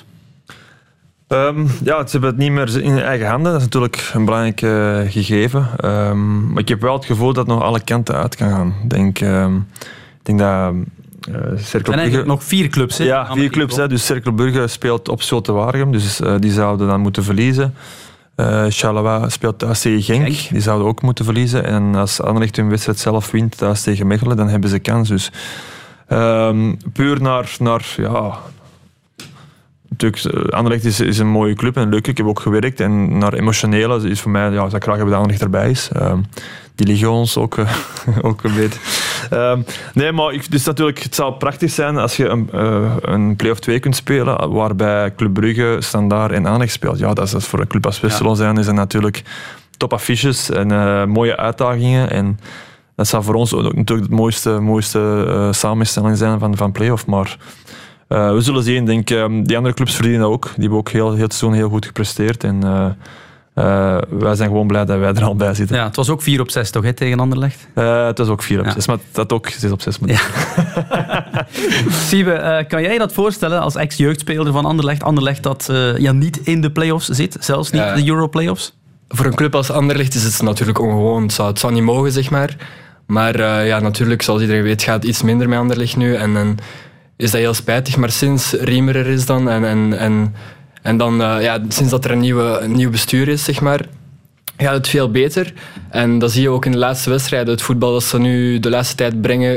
Ze hebben het niet meer in eigen handen. Dat is natuurlijk een belangrijk gegeven. Maar ik heb wel het gevoel dat het nog alle kanten uit kan gaan. Ik denk dat Cercle Brugge... nog 4 clubs, hè? Ja, 4 clubs. Hè. Dus Cercle Brugge speelt op Zulte Waregem. Dus die zouden dan moeten verliezen. Charleroi speelt thuis tegen Genk. Die zouden ook moeten verliezen. En als Anderlecht hun wedstrijd zelf wint thuis tegen Mechelen, dan hebben ze kans. Dus puur naar natuurlijk, Anderlecht is een mooie club en een leuke club. Ik heb ook gewerkt. En naar emotionele is voor mij, zou ik graag hebben dat Anderlecht erbij is. Die liggen ons ook een beetje. Nee, maar dus natuurlijk, het zou prachtig zijn als je een play-off 2 kunt spelen, waarbij Club Brugge, Standaard en Anderlecht speelt. Ja, dat is voor een club als Westerlo zijn, is dat natuurlijk top affiches en mooie uitdagingen. En dat zou voor ons natuurlijk de mooiste samenstelling zijn van play-off. Maar we zullen zien. Ik denk, die andere clubs verdienen dat ook. Die hebben ook heel het seizoen heel goed gepresteerd. En wij zijn gewoon blij dat wij er al bij zitten. Ja, het was ook 4-6 toch, hè, tegen Anderlecht? Het was ook 4-6, maar dat ook 6-6 moet. Ja. Siebe, kan jij dat voorstellen als ex-jeugdspeler van Anderlecht? Anderlecht dat niet in de play-offs zit, zelfs niet de Euro-play-offs? Voor een club als Anderlecht is het natuurlijk ongewoon. Het zou niet mogen, zeg maar. Maar natuurlijk, zoals iedereen weet, gaat het iets minder met Anderlecht nu. En is dat heel spijtig. Maar sinds Riemer er is dan en dan, sinds dat er een nieuw bestuur is, zeg maar, gaat het veel beter. En dat zie je ook in de laatste wedstrijden. Het voetbal dat ze nu de laatste tijd brengen,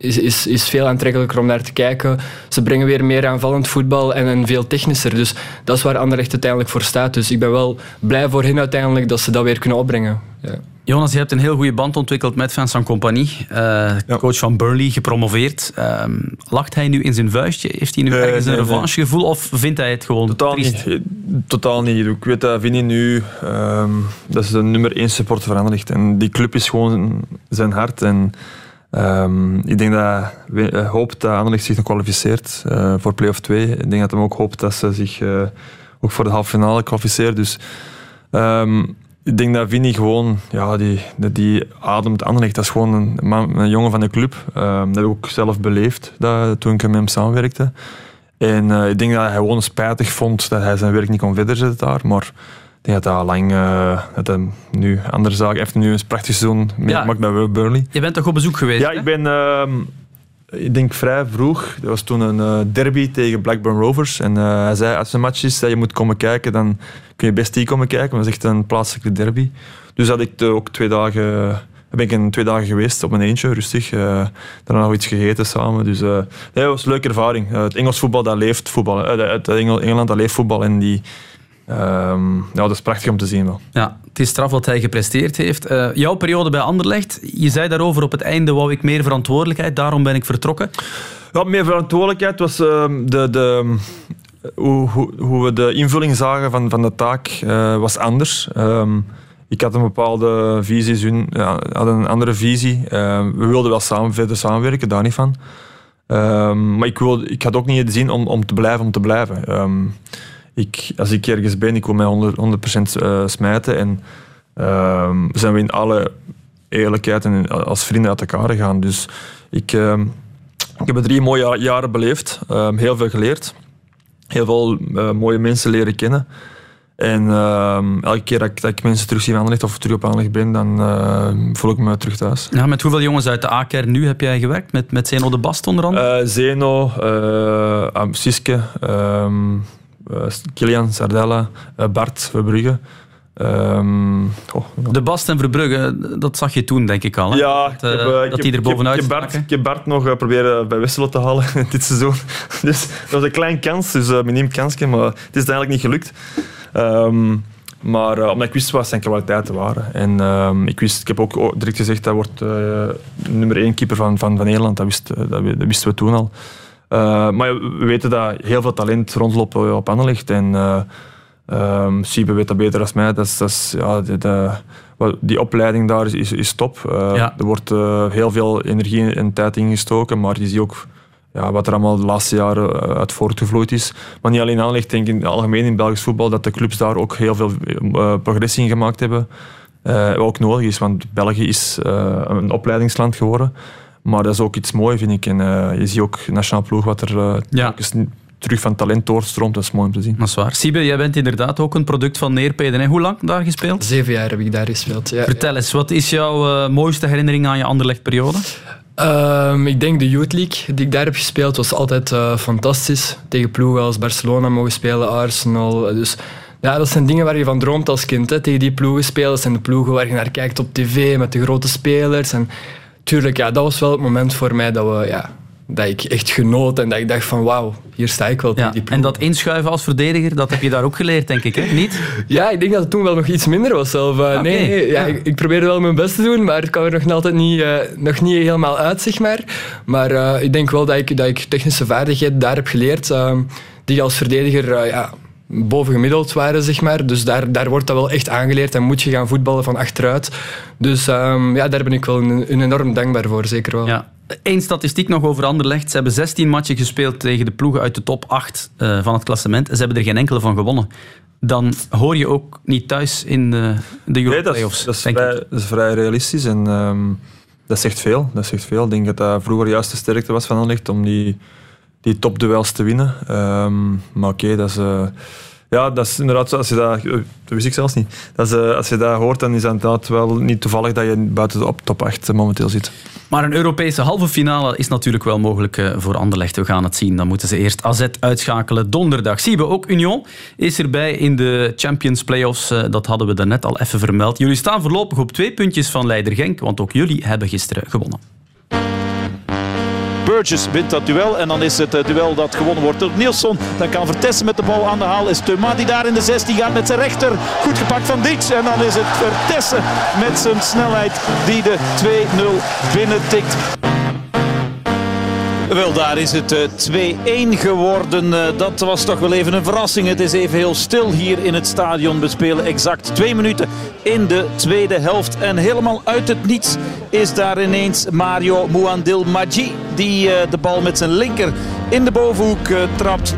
is veel aantrekkelijker om naar te kijken. Ze brengen weer meer aanvallend voetbal en veel technischer. Dus dat is waar Anderlecht uiteindelijk voor staat. Dus ik ben wel blij voor hen uiteindelijk dat ze dat weer kunnen opbrengen. Ja. Jonas, je hebt een heel goede band ontwikkeld met Vincent Kompany, coach van Burnley, gepromoveerd. Lacht hij nu in zijn vuistje? Heeft hij nu ergens een revanchegevoel of vindt hij het gewoon triest? Totaal niet. Ik weet dat Vinny nu, dat is de nummer 1 supporter van Anderlecht. En die club is gewoon zijn hart. En ik denk dat hij hoopt dat Anderlecht zich nog kwalificeert voor play-off 2. Ik denk dat hij ook hoopt dat ze zich ook voor de halve finale kwalificeert. Dus ik denk dat Vinny gewoon, die ademt Anderlecht. Dat is gewoon een jongen van de club. Dat heb ik ook zelf beleefd toen ik met hem samenwerkte. En ik denk dat hij gewoon spijtig vond dat hij zijn werk niet kon verder zetten daar. Maar ik denk dat hij lang, dat hij nu andere zaken heeft. Nu een prachtig seizoen meegemaakt bij Burnley. Je bent toch op bezoek geweest? Ja, ik ben, ik denk vrij vroeg. Dat was toen een derby tegen Blackburn Rovers. En hij zei, als het een match is dat je moet komen kijken, dan kun je best hier komen kijken. Maar dat is echt een plaatselijke derby. Dus had ik ook 2 dagen... ben ik in 2 dagen geweest op mijn eentje, rustig. Daarna nog iets gegeten samen. Dus dat was een leuke ervaring. Het Engels voetbal, dat leeft voetbal. Engeland, dat leeft voetbal. En dat is prachtig om te zien wel. Ja, het is straf wat hij gepresteerd heeft. Jouw periode bij Anderlecht, je zei daarover op het einde wou ik meer verantwoordelijkheid, daarom ben ik vertrokken. Ja, meer verantwoordelijkheid was hoe we de invulling zagen van de taak was anders. Ik had een bepaalde visie, hun hadden een andere visie. We wilden wel verder samenwerken, daar niet van. Maar ik had ook niet de zin om te blijven. Als ik ergens ben, ik wil mij 100% smijten. En zijn we in alle eerlijkheid en als vrienden uit elkaar gegaan. Dus ik heb 3 mooie jaren beleefd. Heel veel geleerd. Heel veel mooie mensen leren kennen. En elke keer dat ik mensen terug zie van Anderlecht of terug op Anderlecht ben, dan voel ik me terug thuis. Ja, met hoeveel jongens uit de A-kern nu heb jij gewerkt? Met Zeno de Bast onder andere? Zeno, Siske, Kilian, Sardella, Bart Verbrugge. De Bast en Verbrugge, dat zag je toen denk ik al. Hè? Ja, dat die er bovenuit ik heb Bart nog proberen bij Westerlo te halen dit seizoen. Dus dat was een klein kans, dus een miniem kansje, maar het is uiteindelijk niet gelukt. Maar omdat ik wist wat zijn kwaliteiten waren. En ik heb ook direct gezegd dat wordt nummer 1 keeper van Nederland. Dat wisten we toen al. Maar we weten dat heel veel talent rondloopt op Anderlecht. En Siebe weet dat beter dan mij. Die opleiding daar is top. Er wordt heel veel energie en tijd ingestoken. Maar je ziet ook wat er allemaal de laatste jaren uit voortgevloeid is. Maar niet alleen Anderlecht, denk ik in het algemeen in Belgisch voetbal, dat de clubs daar ook heel veel progressie in gemaakt hebben. Wat ook nodig is, want België is een opleidingsland geworden. Maar dat is ook iets moois, vind ik. En je ziet ook nationaal ploeg wat er terug van talent doorstroomt. Dat is mooi om te zien. Dat is waar. Siebe, jij bent inderdaad ook een product van Neerpeden. Hè? Hoe lang daar gespeeld? 7 jaar heb ik daar gespeeld. Ja. Vertel eens, wat is jouw mooiste herinnering aan je Anderlecht-periode? Ik denk de Youth League die ik daar heb gespeeld was altijd fantastisch. Tegen ploegen als Barcelona mogen spelen, Arsenal. Dus ja, dat zijn dingen waar je van droomt als kind. Hè. Tegen die ploegen spelen. Dat zijn de ploegen waar je naar kijkt op tv met de grote spelers. En tuurlijk, dat was wel het moment voor mij dat ik echt genoot en dat ik dacht van wauw, hier sta ik wel tegen die ploegen. En dat inschuiven als verdediger, dat heb je daar ook geleerd, denk ik, hè? Niet? Ja, ik denk dat het toen wel nog iets minder was zelf. Ik probeerde wel mijn best te doen, maar het kwam er nog niet helemaal uit, zeg maar. Maar ik denk wel dat ik technische vaardigheden daar heb geleerd, die als verdediger bovengemiddeld waren, zeg maar. Dus daar wordt dat wel echt aangeleerd en moet je gaan voetballen van achteruit. Dus daar ben ik wel enorm dankbaar voor, zeker wel. Ja. Eén statistiek nog over Anderlecht. Ze hebben 16 matchen gespeeld tegen de ploegen uit de top 8 van het klassement. Ze hebben er geen enkele van gewonnen. Dan hoor je ook niet thuis in de Euro-playoffs. Dat is vrij realistisch en dat zegt veel. Ik denk dat dat vroeger juist de sterkte was van Anderlecht om die topduels te winnen. Maar oké, dat is... dat is inderdaad, als je dat wist ik zelfs niet. Als je dat hoort, dan is het inderdaad wel niet toevallig dat je buiten de top 8 momenteel zit. Maar een Europese halve finale is natuurlijk wel mogelijk voor Anderlecht. We gaan het zien. Dan moeten ze eerst AZ uitschakelen donderdag. Siebe, ook Union is erbij in de Champions Playoffs. Dat hadden we daarnet al even vermeld. Jullie staan voorlopig op 2 puntjes van leider Genk, want ook jullie hebben gisteren gewonnen. Burgess wint dat duel en dan is het duel dat gewonnen wordt door Nilsson. Dan kan Vertessen met de bal aan de haal. Is Teuma die daar in de 16 gaat met zijn rechter. Goed gepakt van Dix. En dan is het Vertessen met zijn snelheid die de 2-0 binnentikt. Wel, daar is het 2-1 geworden. Dat was toch wel even een verrassing. Het is even heel stil hier in het stadion. We spelen exact 2 minuten in de tweede helft. En helemaal uit het niets is daar ineens Mario Mouandil-Madji die de bal met zijn linker in de bovenhoek trapt.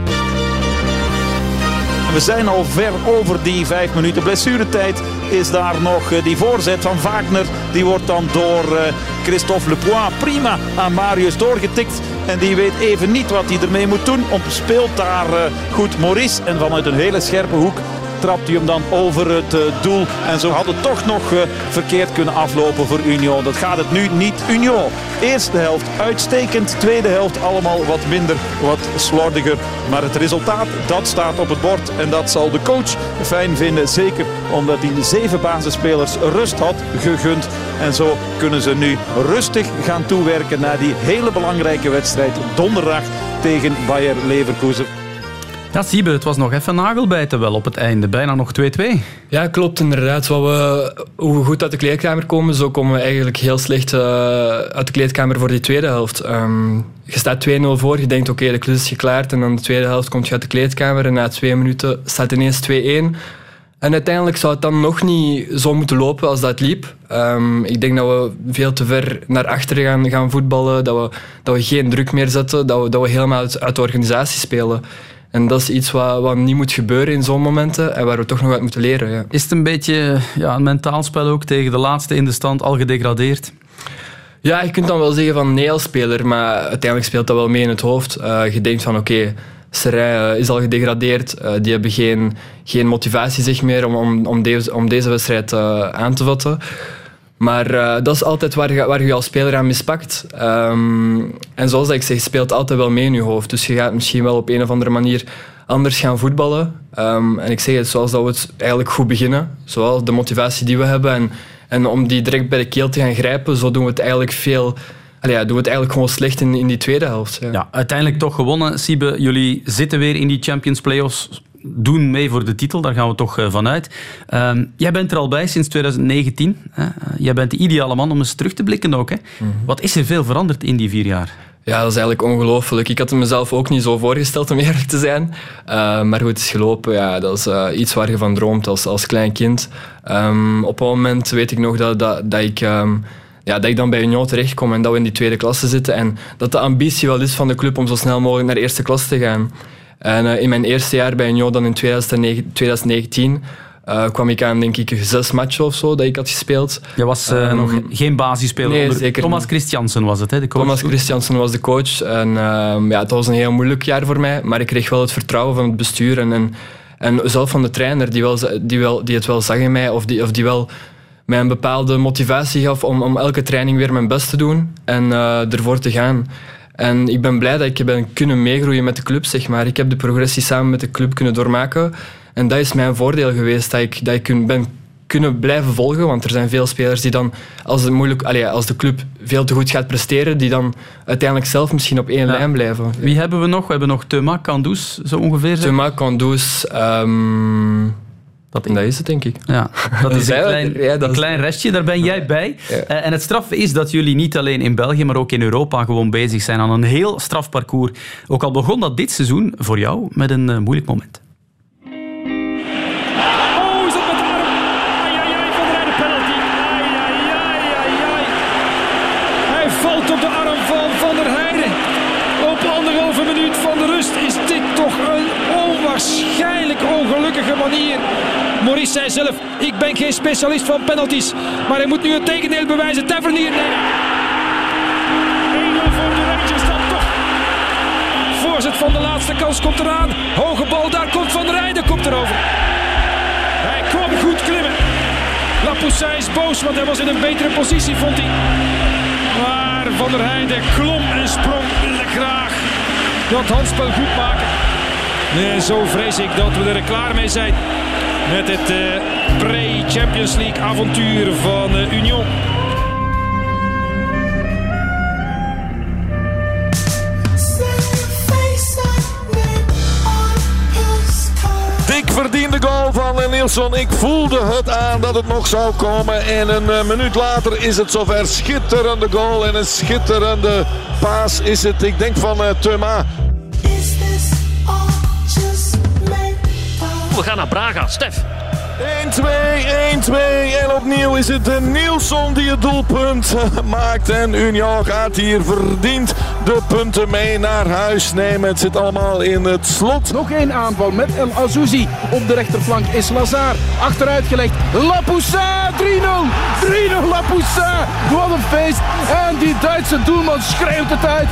We zijn al ver over die 5 minuten blessuretijd. Is daar nog die voorzet van Wagner. Die wordt dan door Christophe Lepoix prima aan Marius doorgetikt. En die weet even niet wat hij ermee moet doen. Speelt daar goed Maurice. En vanuit een hele scherpe hoek trapt hij hem dan over het doel. En zo had het toch nog verkeerd kunnen aflopen voor Union. Dat gaat het nu niet. Union, eerste helft uitstekend. Tweede helft allemaal wat minder, wat slordiger. Maar het resultaat, dat staat op het bord. En dat zal de coach fijn vinden. Zeker omdat hij 7 basisspelers rust had gegund. En zo kunnen ze nu rustig gaan toewerken naar die hele belangrijke wedstrijd donderdag tegen Bayer Leverkusen. Ja, Siebe, het was nog even nagelbijten wel op het einde. Bijna nog 2-2. Ja, klopt inderdaad. Hoe we goed uit de kleedkamer komen, zo komen we eigenlijk heel slecht uit de kleedkamer voor die tweede helft. Je staat 2-0 voor, je denkt oké, de klus is geklaard. En dan de tweede helft komt je uit de kleedkamer en na 2 minuten staat ineens 2-1. En uiteindelijk zou het dan nog niet zo moeten lopen als dat liep. Ik denk dat we veel te ver naar achteren gaan voetballen, dat we geen druk meer zetten, dat we helemaal uit de organisatie spelen. En dat is iets wat niet moet gebeuren in zo'n momenten en waar we toch nog uit moeten leren. Ja. Is het een beetje een mentaal spel ook tegen de laatste in de stand, al gedegradeerd? Ja, je kunt dan wel zeggen van nee als speler, maar uiteindelijk speelt dat wel mee in het hoofd. Je denkt van oké, Serijn is al gedegradeerd, die hebben geen motivatie zeg meer om deze wedstrijd aan te vatten. Maar dat is altijd waar je als speler aan mispakt. En zoals ik zeg, speelt altijd wel mee in je hoofd. Dus je gaat misschien wel op een of andere manier anders gaan voetballen. En ik zeg het zoals dat we het eigenlijk goed beginnen. Zoals de motivatie die we hebben. En om die direct bij de keel te gaan grijpen, zo doen we het eigenlijk gewoon slecht in die tweede helft. Ja. Ja, uiteindelijk toch gewonnen. Siebe, jullie zitten weer in die Champions Playoffs. Doen mee voor de titel, daar gaan we toch vanuit. Jij bent er al bij sinds 2019. Jij bent de ideale man om eens terug te blikken ook. Hè? Mm-hmm. Wat is er veel veranderd in die 4 jaar? Ja, dat is eigenlijk ongelooflijk. Ik had het mezelf ook niet zo voorgesteld om eerlijk te zijn. Maar hoe het is gelopen, ja, dat is iets waar je van droomt als klein kind. Op een moment weet ik nog dat ik dan bij Union terechtkom en dat we in die tweede klasse zitten. En dat de ambitie wel is van de club om zo snel mogelijk naar de eerste klasse te gaan. En in mijn eerste jaar bij Union, dan in 2019, kwam ik aan, denk ik, 6 matchen of zo dat ik had gespeeld. Je was nog geen basisspeler. Nee, zeker Thomas niet. Christiansen was het, hè, de coach? Thomas Christiansen was de coach. En het was een heel moeilijk jaar voor mij, maar ik kreeg wel het vertrouwen van het bestuur en zelf van de trainer die het wel zag in mij, of die wel mij een bepaalde motivatie gaf om elke training weer mijn best te doen en ervoor te gaan. En ik ben blij dat ik ben kunnen meegroeien met de club, zeg maar. Ik heb de progressie samen met de club kunnen doormaken. En dat is mijn voordeel geweest, dat ik ben kunnen blijven volgen. Want er zijn veel spelers die dan, als de club veel te goed gaat presteren, die dan uiteindelijk zelf misschien op één lijn blijven. Wie hebben we nog? We hebben nog Teuma, Kandus, zo ongeveer. Teuma, Kandus... Dat is het, denk ik. Ja, dat is een klein restje, daar ben jij bij. Ja. En het straffe is dat jullie niet alleen in België, maar ook in Europa gewoon bezig zijn aan een heel strafparcours. Ook al begon dat dit seizoen voor jou met een moeilijk moment. Oh, is dat met de arm? Ai, Van der Heijden penalty. Ai. Hij valt op de arm van Van der Heijden. Op 1,5 minuut van de rust is dit toch een onwaarschijnlijk ongelukkige manier. Maurice zei zelf, ik ben geen specialist van penalties, maar hij moet nu het tegendeel bewijzen. Tavernier, nee. 1-0 voor de Rangers dan toch. Voorzet van de laatste kans komt eraan. Hoge bal, daar komt Van der Heijden, komt erover. Hij kwam goed klimmen. Lapoussin is boos, want hij was in een betere positie, vond hij. Maar Van der Heijden klom en sprong graag. Dat handspel goed maken. En zo vrees ik dat we er klaar mee zijn met het pre-Champions League avontuur van Union. verdiende goal van Nilsson. Ik voelde het aan dat het nog zou komen. En een minuut later is het zover. Schitterende goal en een schitterende paas is het. Ik denk van Thuma. We gaan naar Braga. Stef. 1-2. En opnieuw is het Nilsson die het doelpunt maakt. En Union gaat hier verdiend de punten mee naar huis nemen. Het zit allemaal in het slot. Nog één aanval met El Azouzi. Op de rechterflank is Lazar. Achteruitgelegd. Lapoussin 3-0. 3-0 Lapoussin. Wat een feest. En die Duitse doelman schreeuwt het uit.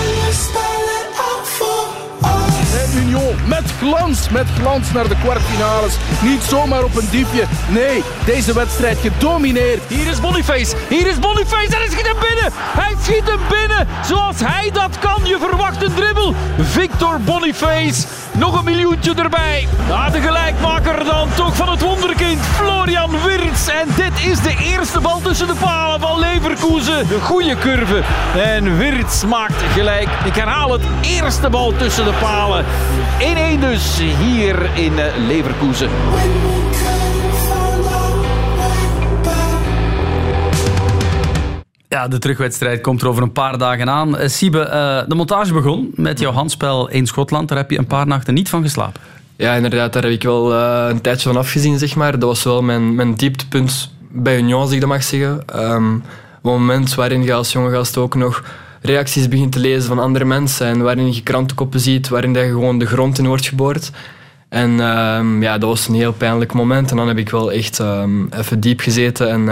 En Union met glans naar de kwartfinales. Niet zomaar op een diepje. Nee, deze wedstrijd gedomineerd. Hier is Boniface en hij schiet hem binnen. Hij schiet hem binnen zoals hij dat kan. Je verwacht een dribbel. Victor Boniface. Nog een miljoentje erbij. Ja, de gelijkmaker dan toch van het wonderkind Florian Wirtz. En dit is de eerste bal tussen de palen van Leverkusen. De goede curve. En Wirtz maakt gelijk. Ik herhaal het. Eerste bal tussen de palen. 1-1 dus hier in Leverkusen. Ja, de terugwedstrijd komt er over een paar dagen aan. Siebe, de montage begon met jouw handspel in Schotland. Daar heb je een paar nachten niet van geslapen. Ja, inderdaad. Daar heb ik wel een tijdje van afgezien, zeg maar. Dat was wel mijn dieptepunt bij Union, als ik dat mag zeggen. Een moment waarin je als jonge gast ook nog reacties begint te lezen van andere mensen en waarin je krantenkoppen ziet, waarin je gewoon de grond in wordt geboord. En dat was een heel pijnlijk moment. En dan heb ik wel echt even diep gezeten.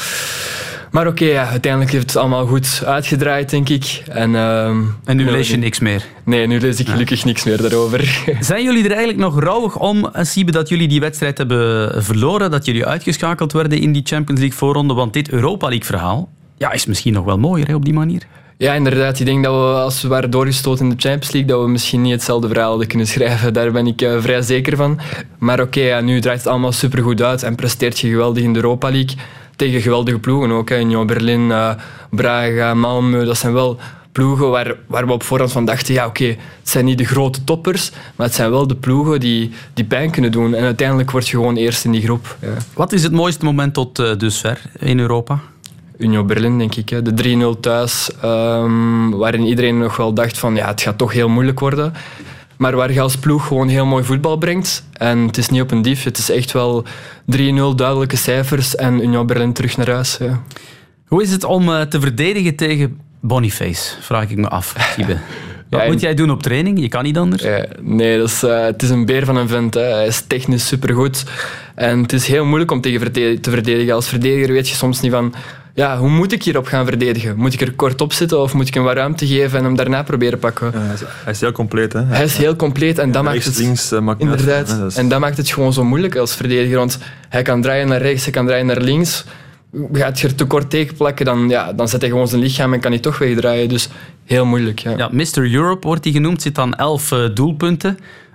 Maar oké, uiteindelijk heeft het allemaal goed uitgedraaid, denk ik. En nu lees je niks meer? Nee, nu lees ik gelukkig niks meer daarover. Zijn jullie er eigenlijk nog rouwig om, Siebe, dat jullie die wedstrijd hebben verloren, dat jullie uitgeschakeld werden in die Champions League voorronde? Want dit Europa League verhaal is misschien nog wel mooier, hè, op die manier. Ja, inderdaad. Ik denk dat we, als we waren doorgestoten in de Champions League, dat we misschien niet hetzelfde verhaal hadden kunnen schrijven. Daar ben ik vrij zeker van. Maar oké, nu draait het allemaal supergoed uit en presteert je geweldig in de Europa League. Tegen geweldige ploegen ook. Union Berlin, Braga, Malmö. Dat zijn wel ploegen waar we op voorhand van dachten, het zijn niet de grote toppers, maar het zijn wel de ploegen die pijn kunnen doen. En uiteindelijk word je gewoon eerst in die groep. Ja. Wat is het mooiste moment tot dusver in Europa? Union Berlin, denk ik. Hè. De 3-0 thuis, waarin iedereen nog wel dacht van het gaat toch heel moeilijk worden. Maar waar je als ploeg gewoon heel mooi voetbal brengt. En het is niet op een dief, het is echt wel 3-0 duidelijke cijfers en Union Berlin terug naar huis. Ja. Hoe is het om te verdedigen tegen Boniface? Vraag ik me af, Siebe. Wat moet jij doen op training? Je kan niet anders. Nee, het is een beer van een vent. Hè. Hij is technisch supergoed. En het is heel moeilijk om tegen te verdedigen. Als verdediger weet je soms niet van, hoe moet ik hierop gaan verdedigen? Moet ik er kort op zitten of moet ik hem wat ruimte geven en hem daarna proberen pakken? Hij is heel compleet. Hè? Hij is heel compleet en dat maakt het... links, inderdaad. Uit, en dat maakt het gewoon zo moeilijk als verdediger. Want hij kan draaien naar rechts, hij kan draaien naar links. Gaat je er te kort tegen plakken, dan zet hij gewoon zijn lichaam en kan hij toch wegdraaien. Dus heel moeilijk. Ja. Mr. Europe wordt hij genoemd, zit aan 11 doelpunten.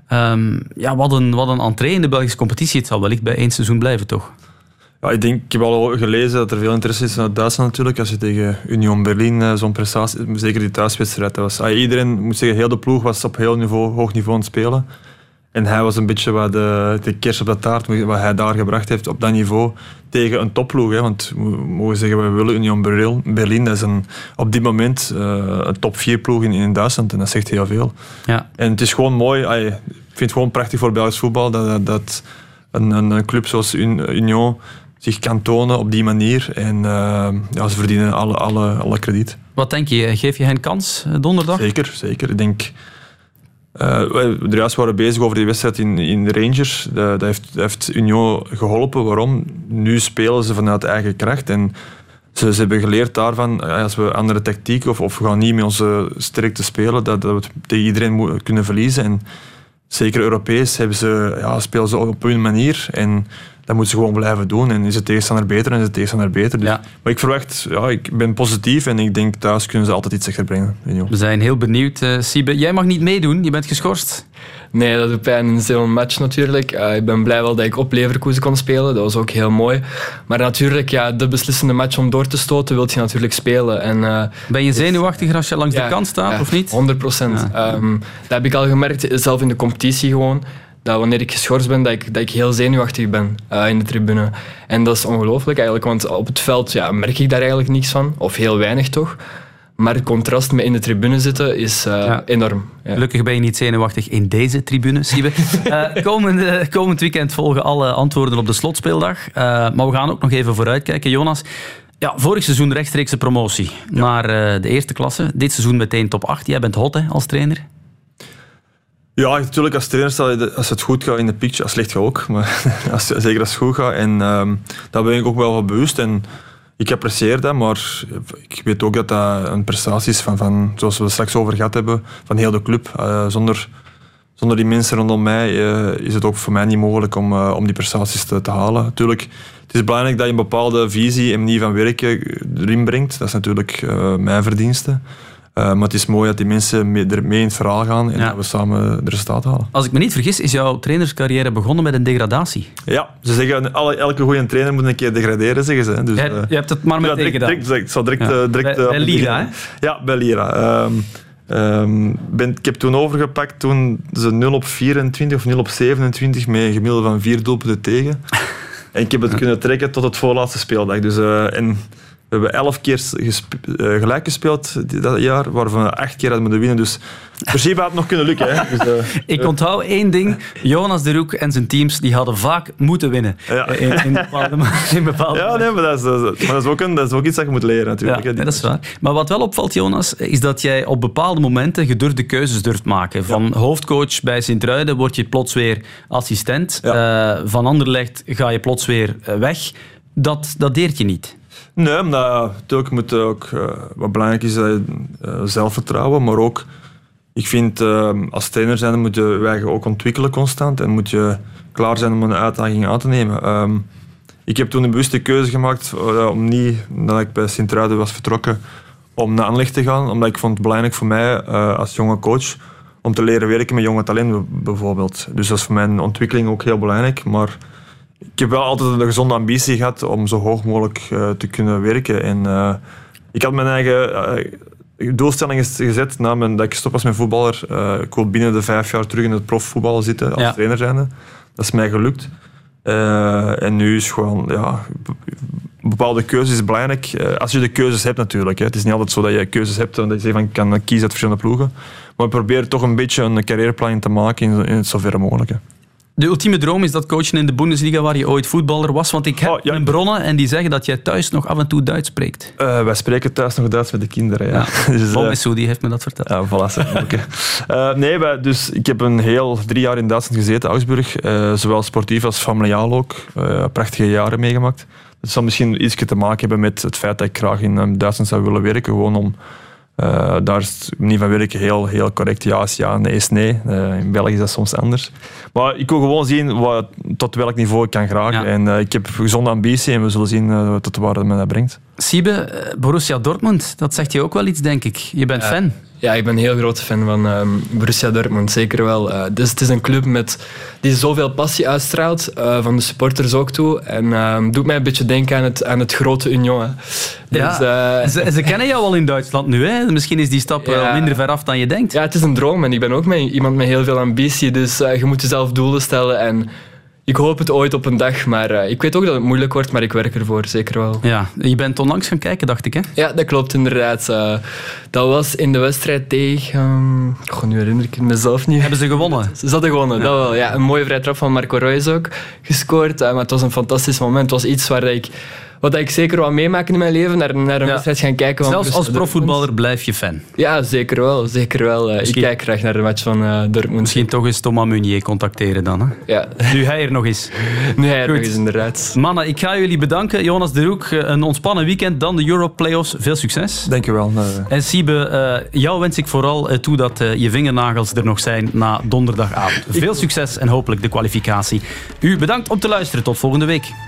Wat een entree in de Belgische competitie. Het zal wellicht bij 1 seizoen blijven, toch? Ja, ik heb al gelezen dat er veel interesse is naar Duitsland natuurlijk. Als je tegen Union Berlin zo'n prestatie, zeker die thuiswedstrijd, dat was, iedereen, moet zeggen, heel de ploeg was op heel hoog niveau aan het spelen. En hij was een beetje wat de kers op de taart, wat hij daar gebracht heeft op dat niveau tegen een topploeg. Hè. Want we mogen zeggen, we willen Union Berlin. Dat is op dit moment een top 4 ploeg in Duitsland. En dat zegt heel veel. Ja. En het is gewoon mooi. Ik vind het gewoon prachtig voor Belgisch voetbal dat een club zoals Union zich kan tonen op die manier. En ze verdienen alle krediet. Wat denk je? Geef je hen kans donderdag? Zeker. Ik denk... we juist waren bezig over die wedstrijd in de Rangers. Dat heeft Union geholpen. Waarom? Nu spelen ze vanuit eigen kracht. En ze hebben geleerd daarvan, als we andere tactiek of we gaan niet met onze sterkte spelen, dat we tegen iedereen kunnen verliezen. En zeker Europees spelen ze op hun manier. En dat moeten ze gewoon blijven doen. En is de tegenstander beter, Dus, maar ik verwacht, ik ben positief en ik denk thuis kunnen ze altijd iets extra brengen. We zijn heel benieuwd. Siebe, jij mag niet meedoen, je bent geschorst. Nee, dat doet pijn in zo'n match natuurlijk. Ik ben blij wel dat ik op Leverkusen kon spelen, dat was ook heel mooi. Maar natuurlijk, de beslissende match om door te stoten wil je natuurlijk spelen. En, ben je zenuwachtiger als je langs de kant staat, of niet? 100%. Dat heb ik al gemerkt, zelf in de competitie gewoon. dat wanneer ik geschorst ben, dat ik heel zenuwachtig ben in de tribune. En dat is ongelooflijk eigenlijk, want op het veld merk ik daar eigenlijk niks van. Of heel weinig toch. Maar het contrast met in de tribune zitten is enorm. Ja. Gelukkig ben je niet zenuwachtig in deze tribune, Siebe. Komend weekend volgen alle antwoorden op de slotspeeldag. Maar we gaan ook nog even vooruitkijken. Jonas, vorig seizoen rechtstreekse promotie naar de eerste klasse. Dit seizoen meteen top 8. Jij bent hot als trainer. Ja, natuurlijk als trainer sta je, als het goed gaat in de picture, als het slecht gaat ook. Maar zeker als het goed gaat. En daar ben ik ook wel van bewust. En ik apprecieer dat, maar ik weet ook dat dat een prestatie is van zoals we het straks over gehad hebben, van heel de club. Zonder die mensen rondom mij is het ook voor mij niet mogelijk om die prestaties te halen. Natuurlijk, het is belangrijk dat je een bepaalde visie en manier van werken erin brengt. Dat is natuurlijk mijn verdienste. Maar het is mooi dat die mensen ermee in het verhaal gaan en dat we samen de resultaten halen. Als ik me niet vergis, is jouw trainerscarrière begonnen met een degradatie? Ja, ze zeggen elke goede trainer moet een keer degraderen, zeggen ze. Dus, je hebt het maar meteen gedaan. Ik zal direct bij Lira, hè? Ja, bij Lira. Ik heb toen overgepakt toen ze 0 op 24 of 0 op 27 met een gemiddelde van 4 doelpunten tegen. En ik heb het kunnen trekken tot het voorlaatste speeldag. Dus, we hebben 11 keer gelijk gespeeld dat jaar, waarvan we 8 keer hadden moeten winnen. Dus in principe had het nog kunnen lukken. Hè. Dus, ik onthoud één ding. Jonas de Roek en zijn teams die hadden vaak moeten winnen. Ja. In bepaalde ja, nee, maar dat is ook iets dat je moet leren natuurlijk. Ja, dat is waar. Maar wat wel opvalt, Jonas, is dat jij op bepaalde momenten gedurfde keuzes durft maken. Van hoofdcoach bij Sint-Truiden word je plots weer assistent. Ja. Van Anderlecht ga je plots weer weg. Dat deert je niet. Nee, omdat natuurlijk moet ook, wat belangrijk is, zelfvertrouwen, maar ook, ik vind, als trainer zijn, moet je je eigen ook ontwikkelen constant en moet je klaar zijn om een uitdaging aan te nemen. Ik heb toen een bewuste keuze gemaakt om niet, nadat ik bij Sint-Truiden was vertrokken, om naar Anderlecht te gaan, omdat ik vond het belangrijk voor mij als jonge coach om te leren werken met jonge talenten bijvoorbeeld. Dus dat is voor mijn ontwikkeling ook heel belangrijk, maar ik heb wel altijd een gezonde ambitie gehad om zo hoog mogelijk te kunnen werken. En ik had mijn eigen doelstelling gezet dat ik stop als mijn voetballer. Ik wil binnen de 5 jaar terug in het profvoetballen zitten als trainer zijnde. Dat is mij gelukt. En nu is gewoon, bepaalde keuzes is belangrijk. Als je de keuzes hebt natuurlijk. Hè. Het is niet altijd zo dat je keuzes hebt en dat je zegt van ik kan kiezen uit verschillende ploegen. Maar ik probeer toch een beetje een carrièreplan te maken in het zover mogelijk. Hè. De ultieme droom is dat coachen in de Bundesliga waar je ooit voetballer was. Want ik heb mijn bronnen en die zeggen dat jij thuis nog af en toe Duits spreekt. Wij spreken thuis nog Duits met de kinderen. Ja. Dus, die heeft me dat verteld. Ja, voilà. Okay. Dus ik heb 3 jaar in Duitsland gezeten, Augsburg. Zowel sportief als familiaal ook. Prachtige jaren meegemaakt. Dat zal misschien iets te maken hebben met het feit dat ik graag in Duitsland zou willen werken. Gewoon om... daar is het manier van werken heel correct. Ja is ja, nee is nee. In België is dat soms anders. Maar ik wil gewoon zien tot welk niveau ik kan geraken. Ja. En ik heb gezonde ambitie en we zullen zien tot waar het me dat brengt. Siebe, Borussia Dortmund, dat zegt je ook wel iets, denk ik. Je bent fan. Ja, ik ben een heel grote fan van Borussia Dortmund, zeker wel. Dus het is een club die zoveel passie uitstraalt, van de supporters ook toe. En doet mij een beetje denken aan het grote Union. Dus, ze kennen jou al in Duitsland nu, hè? Misschien is die stap minder ver af dan je denkt. Ja, het is een droom en ik ben ook iemand met heel veel ambitie. Dus je moet jezelf doelen stellen en... Ik hoop het ooit op een dag, maar ik weet ook dat het moeilijk wordt, maar ik werk ervoor, zeker wel. Ja, je bent onlangs gaan kijken, dacht ik, hè? Ja, dat klopt inderdaad. Dat was in de wedstrijd tegen... nu herinner ik het mezelf niet. Hebben ze gewonnen? Ze hadden gewonnen, dat wel. Ja, een mooie vrije trap van Marco Reus ook gescoord, maar het was een fantastisch moment. Het was iets wat ik zeker wil meemaken in mijn leven, naar een wedstrijd gaan kijken. Zelfs als profvoetballer blijf je fan? Ja, zeker wel. Zeker wel. Ik kijk graag naar de match van Dortmund. Misschien toch eens Thomas Meunier contacteren dan, hè? Ja. Nu hij er nog is. Inderdaad. Mannen, ik ga jullie bedanken. Jonas de Roek, een ontspannen weekend, dan de Europe Playoffs. Veel succes. Dank je wel. En Siebe, jou wens ik vooral toe dat je vingernagels er nog zijn na donderdagavond. Veel succes en hopelijk de kwalificatie. U bedankt om te luisteren. Tot volgende week.